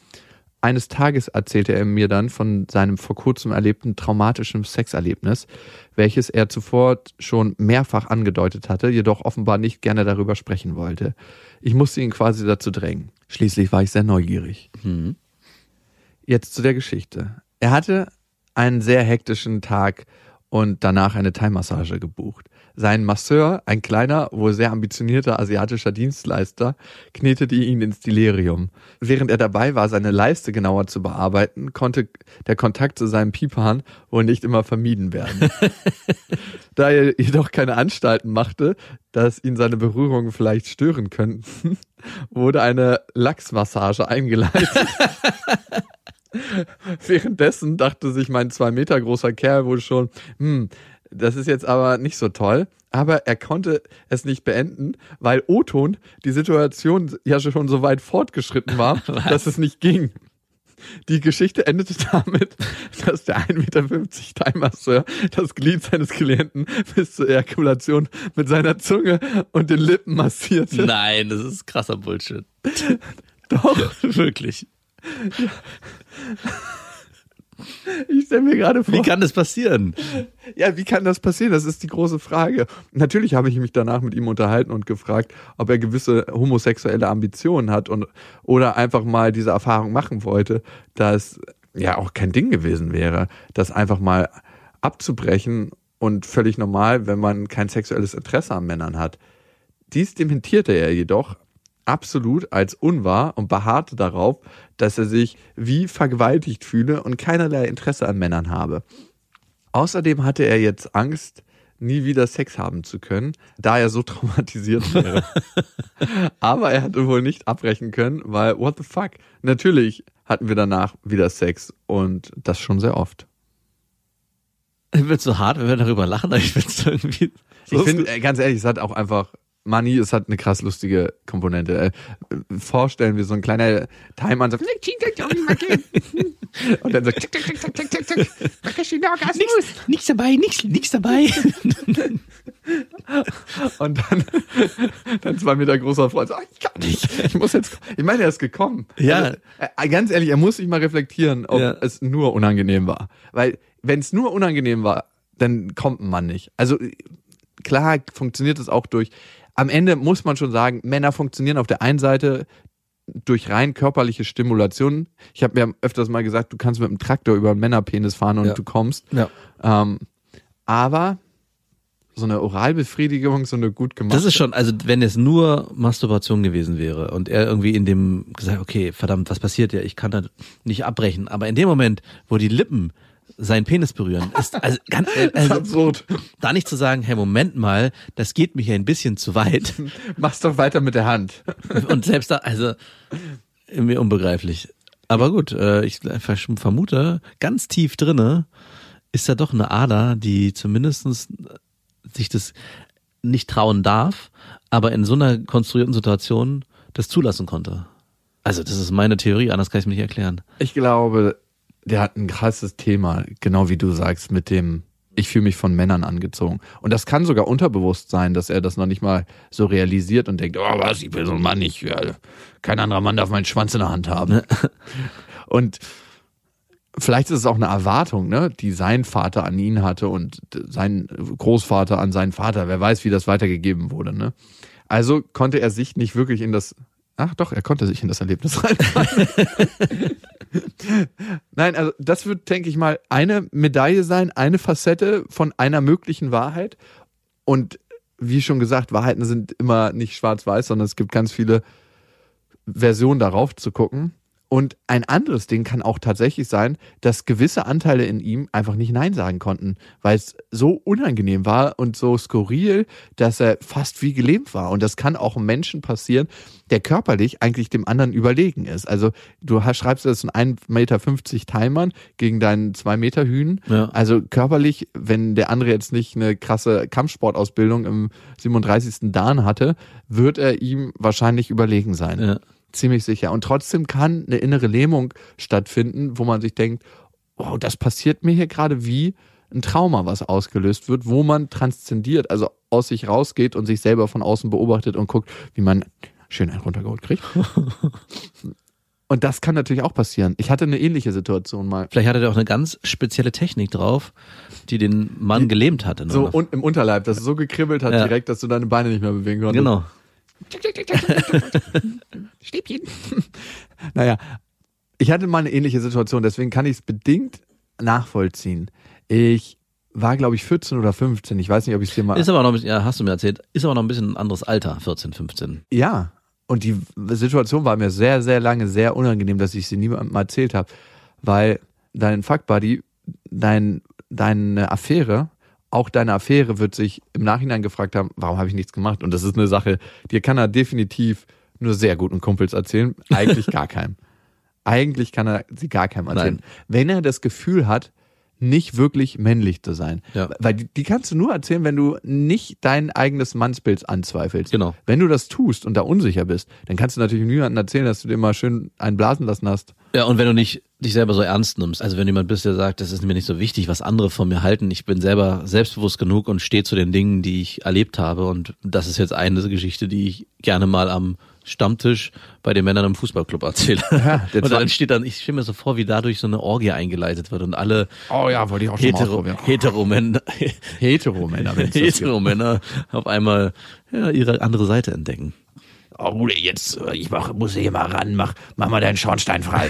Eines Tages erzählte er mir dann von seinem vor kurzem erlebten traumatischen Sexerlebnis, welches er zuvor schon mehrfach angedeutet hatte, jedoch offenbar nicht gerne darüber sprechen wollte. Ich musste ihn quasi dazu drängen. Schließlich war ich sehr neugierig. Mhm. Jetzt zu der Geschichte. Er hatte einen sehr hektischen Tag und danach eine Thai-Massage gebucht. Sein Masseur, ein kleiner, wohl sehr ambitionierter asiatischer Dienstleister, knetete ihn ins Delirium. Während er dabei war, seine Leiste genauer zu bearbeiten, konnte der Kontakt zu seinem Pipan wohl nicht immer vermieden werden. Da er jedoch keine Anstalten machte, dass ihn seine Berührungen vielleicht stören könnten, wurde eine Lachsmassage eingeleitet. Währenddessen dachte sich mein zwei Meter großer Kerl wohl schon, hm, das ist jetzt aber nicht so toll. Aber er konnte es nicht beenden, weil O-Ton die Situation ja schon so weit fortgeschritten war, dass es nicht ging. Die Geschichte endete damit, dass der ein Meter fünfzig Thai-Masseur das Glied seines Klienten bis zur Ejakulation mit seiner Zunge und den Lippen massierte. Nein, das ist krasser Bullshit. Doch, Wirklich. ich stelle mir gerade vor. Wie kann das passieren? Ja, wie kann das passieren? Das ist die große Frage. Natürlich habe ich mich danach mit ihm unterhalten und gefragt, ob er gewisse homosexuelle Ambitionen hat und oder einfach mal diese Erfahrung machen wollte, dass ja auch kein Ding gewesen wäre, das einfach mal abzubrechen und völlig normal, wenn man kein sexuelles Interesse an Männern hat. Dies dementierte er jedoch absolut als unwahr und beharrte darauf, dass er sich wie vergewaltigt fühle und keinerlei Interesse an Männern habe. Außerdem hatte er jetzt Angst, nie wieder Sex haben zu können, da er so traumatisiert wäre. Aber er hatte wohl nicht abbrechen können, weil what the fuck? Natürlich hatten wir danach wieder Sex und das schon sehr oft. Ich bin so hart, wenn wir darüber lachen, aber ich find's irgendwie... Ich finde, äh, ganz ehrlich, es hat auch einfach Money, es hat eine krass lustige Komponente. Äh, vorstellen wir so ein kleiner Timer und so und dann so tick, tick, tick, tick, tick, tick, tick. Nichts, nichts dabei, nichts, nichts dabei. Und dann, dann zwei Meter großer Freund so, oh, ich kann nicht, ich muss jetzt, ich meine, er ist gekommen. Ja. Also, äh, ganz ehrlich, er muss sich mal reflektieren, ob Ja. es nur unangenehm war. Weil, wenn es nur unangenehm war, dann kommt ein Mann nicht. Also, klar funktioniert es auch durch, am Ende muss man schon sagen, Männer funktionieren auf der einen Seite durch rein körperliche Stimulation. Ich habe mir öfters mal gesagt, du kannst mit einem Traktor über einen Männerpenis fahren und Ja. du kommst. Ja. Ähm, aber so eine Oralbefriedigung, so eine gut gemachte. Das ist schon, also wenn es nur Masturbation gewesen wäre und er irgendwie in dem gesagt, okay, verdammt, was passiert ja, ich kann das nicht abbrechen, aber in dem Moment, wo die Lippen seinen Penis berühren, ist also ganz Das ist also, absurd. da nicht zu sagen, hey, Moment mal, das geht mir hier ein bisschen zu weit Mach's doch weiter mit der Hand. und selbst da, also mir unbegreiflich. Aber gut, äh, ich vermute, ganz tief drinne ist da doch eine Ader, die zumindestens sich das nicht trauen darf, aber in so einer konstruierten Situation das zulassen konnte. Also das ist meine Theorie, anders kann ich es mir nicht erklären. Ich glaube, der hat ein krasses Thema, genau wie du sagst, mit dem, ich fühle mich von Männern angezogen. Und das kann sogar unterbewusst sein, dass er das noch nicht mal so realisiert und denkt, oh was, ich bin so ein Mann, ich, ja, kein anderer Mann darf meinen Schwanz in der Hand haben. Und vielleicht ist es auch eine Erwartung, ne, die sein Vater an ihn hatte und sein Großvater an seinen Vater. Wer weiß, wie das weitergegeben wurde, ne? Also konnte er sich nicht wirklich in das, ach doch, er konnte sich in das Erlebnis reinfallen. Nein, also das wird, denke ich mal, eine Medaille sein, eine Facette von einer möglichen Wahrheit. Und wie schon gesagt, Wahrheiten sind immer nicht schwarz-weiß, sondern es gibt ganz viele Versionen darauf zu gucken. Und ein anderes Ding kann auch tatsächlich sein, dass gewisse Anteile in ihm einfach nicht Nein sagen konnten, weil es so unangenehm war und so skurril, dass er fast wie gelähmt war. Und das kann auch einem Menschen passieren, der körperlich eigentlich dem anderen überlegen ist. Also du schreibst das in ein Meter fünfzig Timern gegen deinen zwei Meter Hühn. Ja. Also körperlich, wenn der andere jetzt nicht eine krasse Kampfsportausbildung im siebenunddreißigsten Dan hatte, wird er ihm wahrscheinlich überlegen sein. Ja. Ziemlich sicher. Und trotzdem kann eine innere Lähmung stattfinden, wo man sich denkt, oh, das passiert mir hier gerade wie ein Trauma, was ausgelöst wird, wo man transzendiert, also aus sich rausgeht und sich selber von außen beobachtet und guckt, wie man schön einen runtergeholt kriegt. Und das kann natürlich auch passieren. Ich hatte eine ähnliche Situation mal. Vielleicht hatte der auch eine ganz spezielle Technik drauf, die den Mann gelähmt hatte. So und im Unterleib, dass es so gekribbelt hat ja. direkt, dass du deine Beine nicht mehr bewegen konntest. Genau. Stäbchen. Naja, ich hatte mal eine ähnliche Situation, deswegen kann ich es bedingt nachvollziehen. Ich war, glaube ich, vierzehn oder fünfzehn. Ich weiß nicht, ob ich es dir mal... Ist aber noch ein bisschen, ja, hast du mir erzählt, ist aber noch ein bisschen ein anderes Alter, vierzehn, fünfzehn. Ja, und die Situation war mir sehr, sehr lange sehr unangenehm, dass ich sie niemandem mal erzählt habe, weil dein Fuckbuddy, dein, deine Affäre... Auch deine Affäre wird sich im Nachhinein gefragt haben, warum habe ich nichts gemacht? Und das ist eine Sache, die kann er definitiv nur sehr guten Kumpels erzählen. Eigentlich gar keinem. Eigentlich kann er sie gar keinem erzählen. Nein. Wenn er das Gefühl hat, nicht wirklich männlich zu sein. Ja. Weil die, die kannst du nur erzählen, wenn du nicht dein eigenes Mannsbild anzweifelst. Genau. Wenn du das tust und da unsicher bist, dann kannst du natürlich niemandem erzählen, dass du dir mal schön einen blasen lassen hast. Ja, und wenn du nicht dich selber so ernst nimmst, also wenn jemand bist, der sagt, das ist mir nicht so wichtig, was andere von mir halten, ich bin selber selbstbewusst genug und stehe zu den Dingen, die ich erlebt habe, und das ist jetzt eine Geschichte, die ich gerne mal am Stammtisch bei den Männern im Fußballclub erzähle. Ja, und dann steht dann, ich stelle mir so vor, wie dadurch so eine Orgie eingeleitet wird und alle oh ja, wollte ich auch schon Hetero, mal Heteromänner, Heteromänner, Heteromänner auf einmal ja, ihre andere Seite entdecken. Oh Bruder, jetzt, ich mach, muss hier mal ran, mach, mach mal deinen Schornstein frei.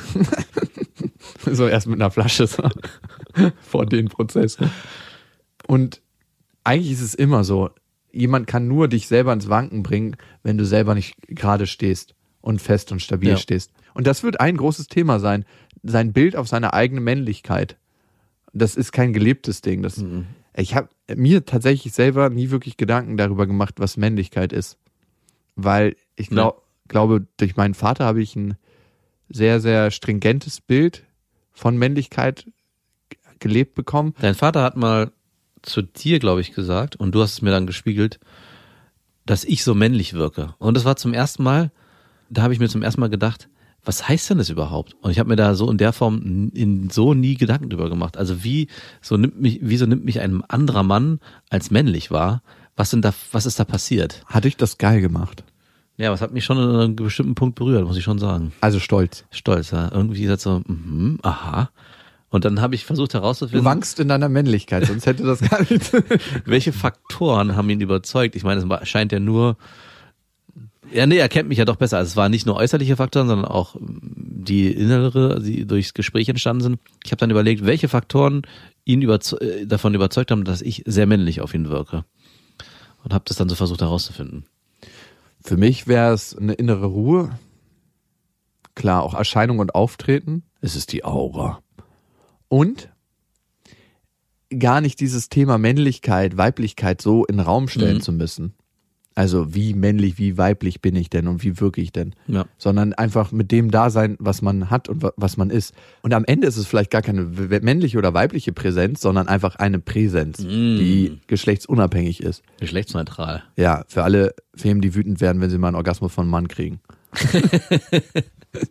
So erst mit einer Flasche so. Vor den Prozess. Und eigentlich ist es immer so, jemand kann nur dich selber ins Wanken bringen, wenn du selber nicht gerade stehst und fest und stabil ja. stehst. Und das wird ein großes Thema sein, sein Bild auf seine eigene Männlichkeit. Das ist kein gelebtes Ding. Das, mhm. Ich habe mir tatsächlich selber nie wirklich Gedanken darüber gemacht, was Männlichkeit ist. Weil ich glaub, ja. glaube, durch meinen Vater habe ich ein sehr, sehr stringentes Bild von Männlichkeit gelebt bekommen. Dein Vater hat mal zu dir, glaube ich, gesagt, und du hast es mir dann gespiegelt, dass ich so männlich wirke. Und das war zum ersten Mal, da habe ich mir zum ersten Mal gedacht, was heißt denn das überhaupt? Und ich habe mir da so in der Form in so nie Gedanken drüber gemacht. Also wie so nimmt mich, wieso nimmt mich ein anderer Mann als männlich wahr? Was denn da, was ist da passiert? Hat dich das geil gemacht? Ja, aber es hat mich schon an einem bestimmten Punkt berührt, muss ich schon sagen. Also stolz. Stolz, ja. Irgendwie ist das so, mhm, aha. Und dann habe ich versucht herauszufinden. Du wankst in deiner Männlichkeit, sonst hätte das gar nicht. Welche Faktoren haben ihn überzeugt? Ich meine, es scheint ja nur, ja nee, er kennt mich ja doch besser. Also es waren nicht nur äußerliche Faktoren, sondern auch die innere, die durchs Gespräch entstanden sind. Ich habe dann überlegt, welche Faktoren ihn überze- davon überzeugt haben, dass ich sehr männlich auf ihn wirke. Und habe das dann so versucht herauszufinden. Für mich wäre es eine innere Ruhe. Klar, auch Erscheinung und Auftreten. Es ist die Aura. Und gar nicht dieses Thema Männlichkeit, Weiblichkeit so in den Raum stellen mhm. zu müssen. Also wie männlich, wie weiblich bin ich denn und wie wirke ich denn? Ja. Sondern einfach mit dem da sein, was man hat und was man ist. Und am Ende ist es vielleicht gar keine männliche oder weibliche Präsenz, sondern einfach eine Präsenz, mm. die geschlechtsunabhängig ist. Geschlechtsneutral. Ja, für alle Femmen, die wütend werden, wenn sie mal einen Orgasmus von einem Mann kriegen.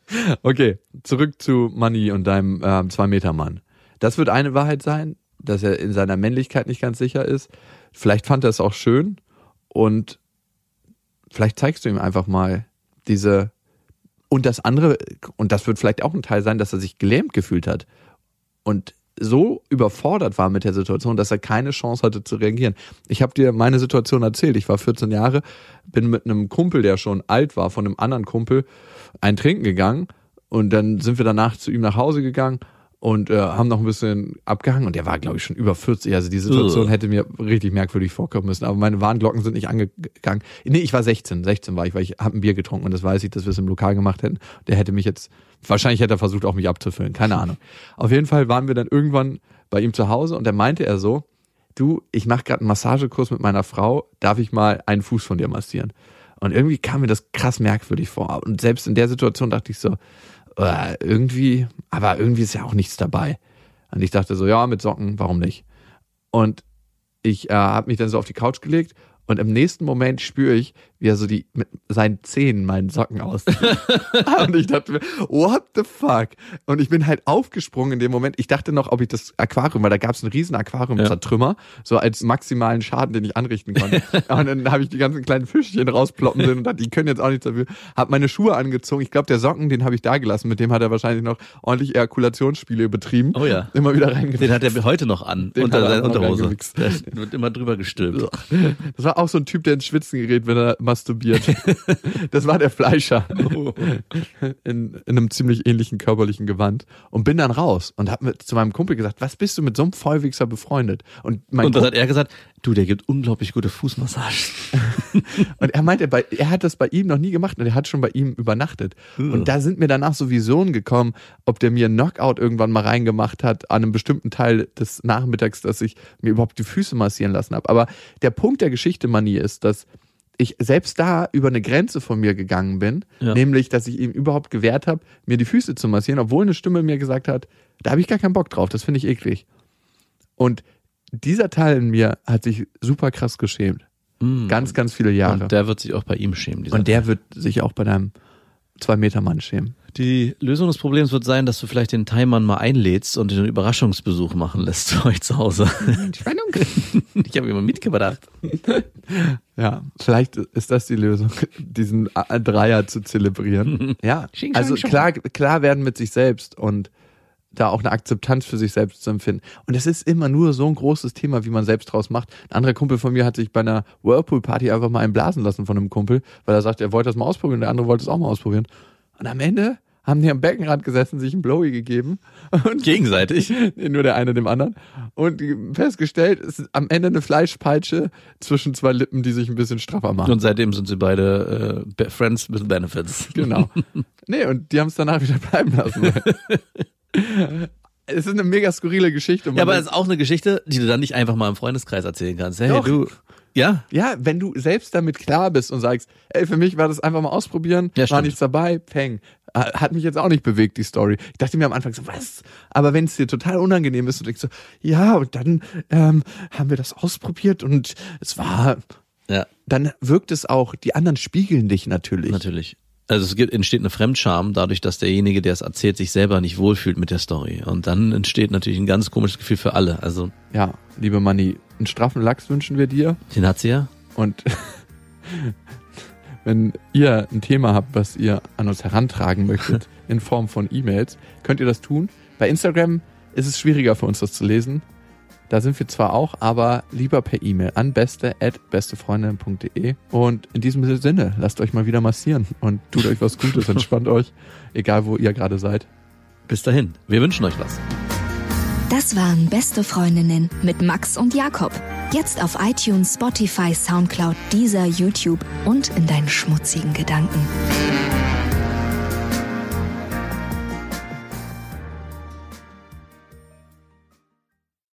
Okay, zurück zu Manni und deinem ähm, Zwei-Meter-Mann. Das wird eine Wahrheit sein, dass er in seiner Männlichkeit nicht ganz sicher ist. Vielleicht fand er es auch schön und vielleicht zeigst du ihm einfach mal diese... Und das andere, und das wird vielleicht auch ein Teil sein, dass er sich gelähmt gefühlt hat und so überfordert war mit der Situation, dass er keine Chance hatte zu reagieren. Ich habe dir meine Situation erzählt. Ich war vierzehn Jahre, bin mit einem Kumpel, der schon alt war, von einem anderen Kumpel, ein Trinken gegangen und dann sind wir danach zu ihm nach Hause gegangen und äh, haben noch ein bisschen abgehangen und der war, glaube ich, schon über vierzig. Also die Situation hätte mir richtig merkwürdig vorkommen müssen, aber meine Warnglocken sind nicht angegangen. Nee, ich war sechzehn, sechzehn war ich, weil ich habe ein Bier getrunken und das weiß ich, dass wir es im Lokal gemacht hätten. Der hätte mich jetzt, wahrscheinlich hätte er versucht, auch mich abzufüllen, keine Ahnung. Auf jeden Fall waren wir dann irgendwann bei ihm zu Hause und da meinte er so, du, ich mache gerade einen Massagekurs mit meiner Frau, darf ich mal einen Fuß von dir massieren? Und irgendwie kam mir das krass merkwürdig vor und selbst in der Situation dachte ich so, Uh, irgendwie, aber irgendwie ist ja auch nichts dabei. Und ich dachte so, ja, mit Socken, warum nicht? Und ich äh, habe mich dann so auf die Couch gelegt und im nächsten Moment spüre ich, wie er so die mit seinen Zähnen meinen Socken auszieht. Und ich dachte mir, what the fuck? Und ich bin halt aufgesprungen in dem Moment. Ich dachte noch, ob ich das Aquarium, weil da gab es ein riesen Aquarium Ja. zertrümmer, so als maximalen Schaden, den ich anrichten konnte. Und dann habe ich die ganzen kleinen Fischchen rausploppen sehen und dachte, die können jetzt auch nichts dafür. Hab meine Schuhe angezogen. Ich glaube, der Socken, den habe ich da gelassen. Mit dem hat er wahrscheinlich noch ordentlich Ejakulationsspiele betrieben. Oh ja. Immer wieder reingewichst. Den hat er heute noch an, Den unter hat er seiner auch noch Unterhose. reingewichst. Der wird immer drüber gestülpt. Das war auch so ein Typ, der ins Schwitzen gerät, wenn er masturbiert. Das war der Fleischer. In, in einem ziemlich ähnlichen körperlichen Gewand. Und bin dann raus und habe zu meinem Kumpel gesagt, was bist du mit so einem Vollwichser befreundet? Und, mein Und was Kumpel, hat er gesagt? Du, der gibt unglaublich gute Fußmassagen. und er meinte, bei, er hat das bei ihm noch nie gemacht und er hat schon bei ihm übernachtet. Und da sind mir danach so Visionen gekommen, ob der mir einen Knockout irgendwann mal reingemacht hat an einem bestimmten Teil des Nachmittags, dass ich mir überhaupt die Füße massieren lassen habe. Aber der Punkt der Geschichte, Manni, ist, dass ich selbst da über eine Grenze von mir gegangen bin, Ja. nämlich, dass ich ihm überhaupt gewährt habe, mir die Füße zu massieren, obwohl eine Stimme mir gesagt hat, da habe ich gar keinen Bock drauf, das finde ich eklig. Und dieser Teil in mir hat sich super krass geschämt. Mm. Ganz, ganz viele Jahre. Und der wird sich auch bei ihm schämen. dieser Und der wird sich auch bei deinem Zwei-Meter-Mann schämen. Die Lösung des Problems wird sein, dass du vielleicht den Timemann mal einlädst und einen Überraschungsbesuch machen lässt zu euch zu Hause. Entspannung. Ich habe immer mitgebracht. Ja, vielleicht ist das die Lösung, diesen Dreier zu zelebrieren. Ja, Sching, also schang, klar, klar werden mit sich selbst und da auch eine Akzeptanz für sich selbst zu empfinden. Und es ist immer nur so ein großes Thema, wie man selbst draus macht. Ein anderer Kumpel von mir hat sich bei einer Whirlpool-Party einfach mal einblasen lassen von einem Kumpel, weil er sagt, er wollte das mal ausprobieren, der andere wollte es auch mal ausprobieren. Und am Ende haben die am Beckenrand gesessen, sich einen Blowy gegeben. Und Gegenseitig. Nee, nur der eine dem anderen. Und festgestellt, es ist am Ende eine Fleischpeitsche zwischen zwei Lippen, die sich ein bisschen straffer machen. Und seitdem sind sie beide äh, Friends with Benefits. Genau. Nee, und die haben es danach wieder bleiben lassen. Es ist eine mega skurrile Geschichte. Ja, aber es ist auch eine Geschichte, die du dann nicht einfach mal im Freundeskreis erzählen kannst. Hey, Doch. du. Ja? Ja, wenn du selbst damit klar bist und sagst, ey, für mich war das einfach mal ausprobieren, Ja, war stimmt. nichts dabei, peng. Hat mich jetzt auch nicht bewegt, die Story. Ich dachte mir am Anfang so, was? Aber wenn es dir total unangenehm ist und denkst so, ja, und dann ähm, haben wir das ausprobiert und es war, Ja, dann wirkt es auch, die anderen spiegeln dich natürlich. natürlich. Also es gibt, entsteht eine Fremdscham dadurch, dass derjenige, der es erzählt, sich selber nicht wohlfühlt mit der Story. Und dann entsteht natürlich ein ganz komisches Gefühl für alle. Also Ja, liebe Manni, einen straffen Lachs wünschen wir dir. den hat sie ja. Und wenn ihr ein Thema habt, was ihr an uns herantragen möchtet, in Form von E-Mails, könnt ihr das tun. Bei Instagram ist es schwieriger für uns, das zu lesen. Da sind wir zwar auch, aber lieber per E-Mail an beste at bestefreundin punkt de. Und in diesem Sinne, lasst euch mal wieder massieren und tut euch was Gutes, entspannt euch, egal wo ihr gerade seid. Bis dahin. Wir wünschen euch was. Das waren Beste Freundinnen mit Max und Jakob. Jetzt auf iTunes, Spotify, Soundcloud, Deezer, YouTube und in deinen schmutzigen Gedanken.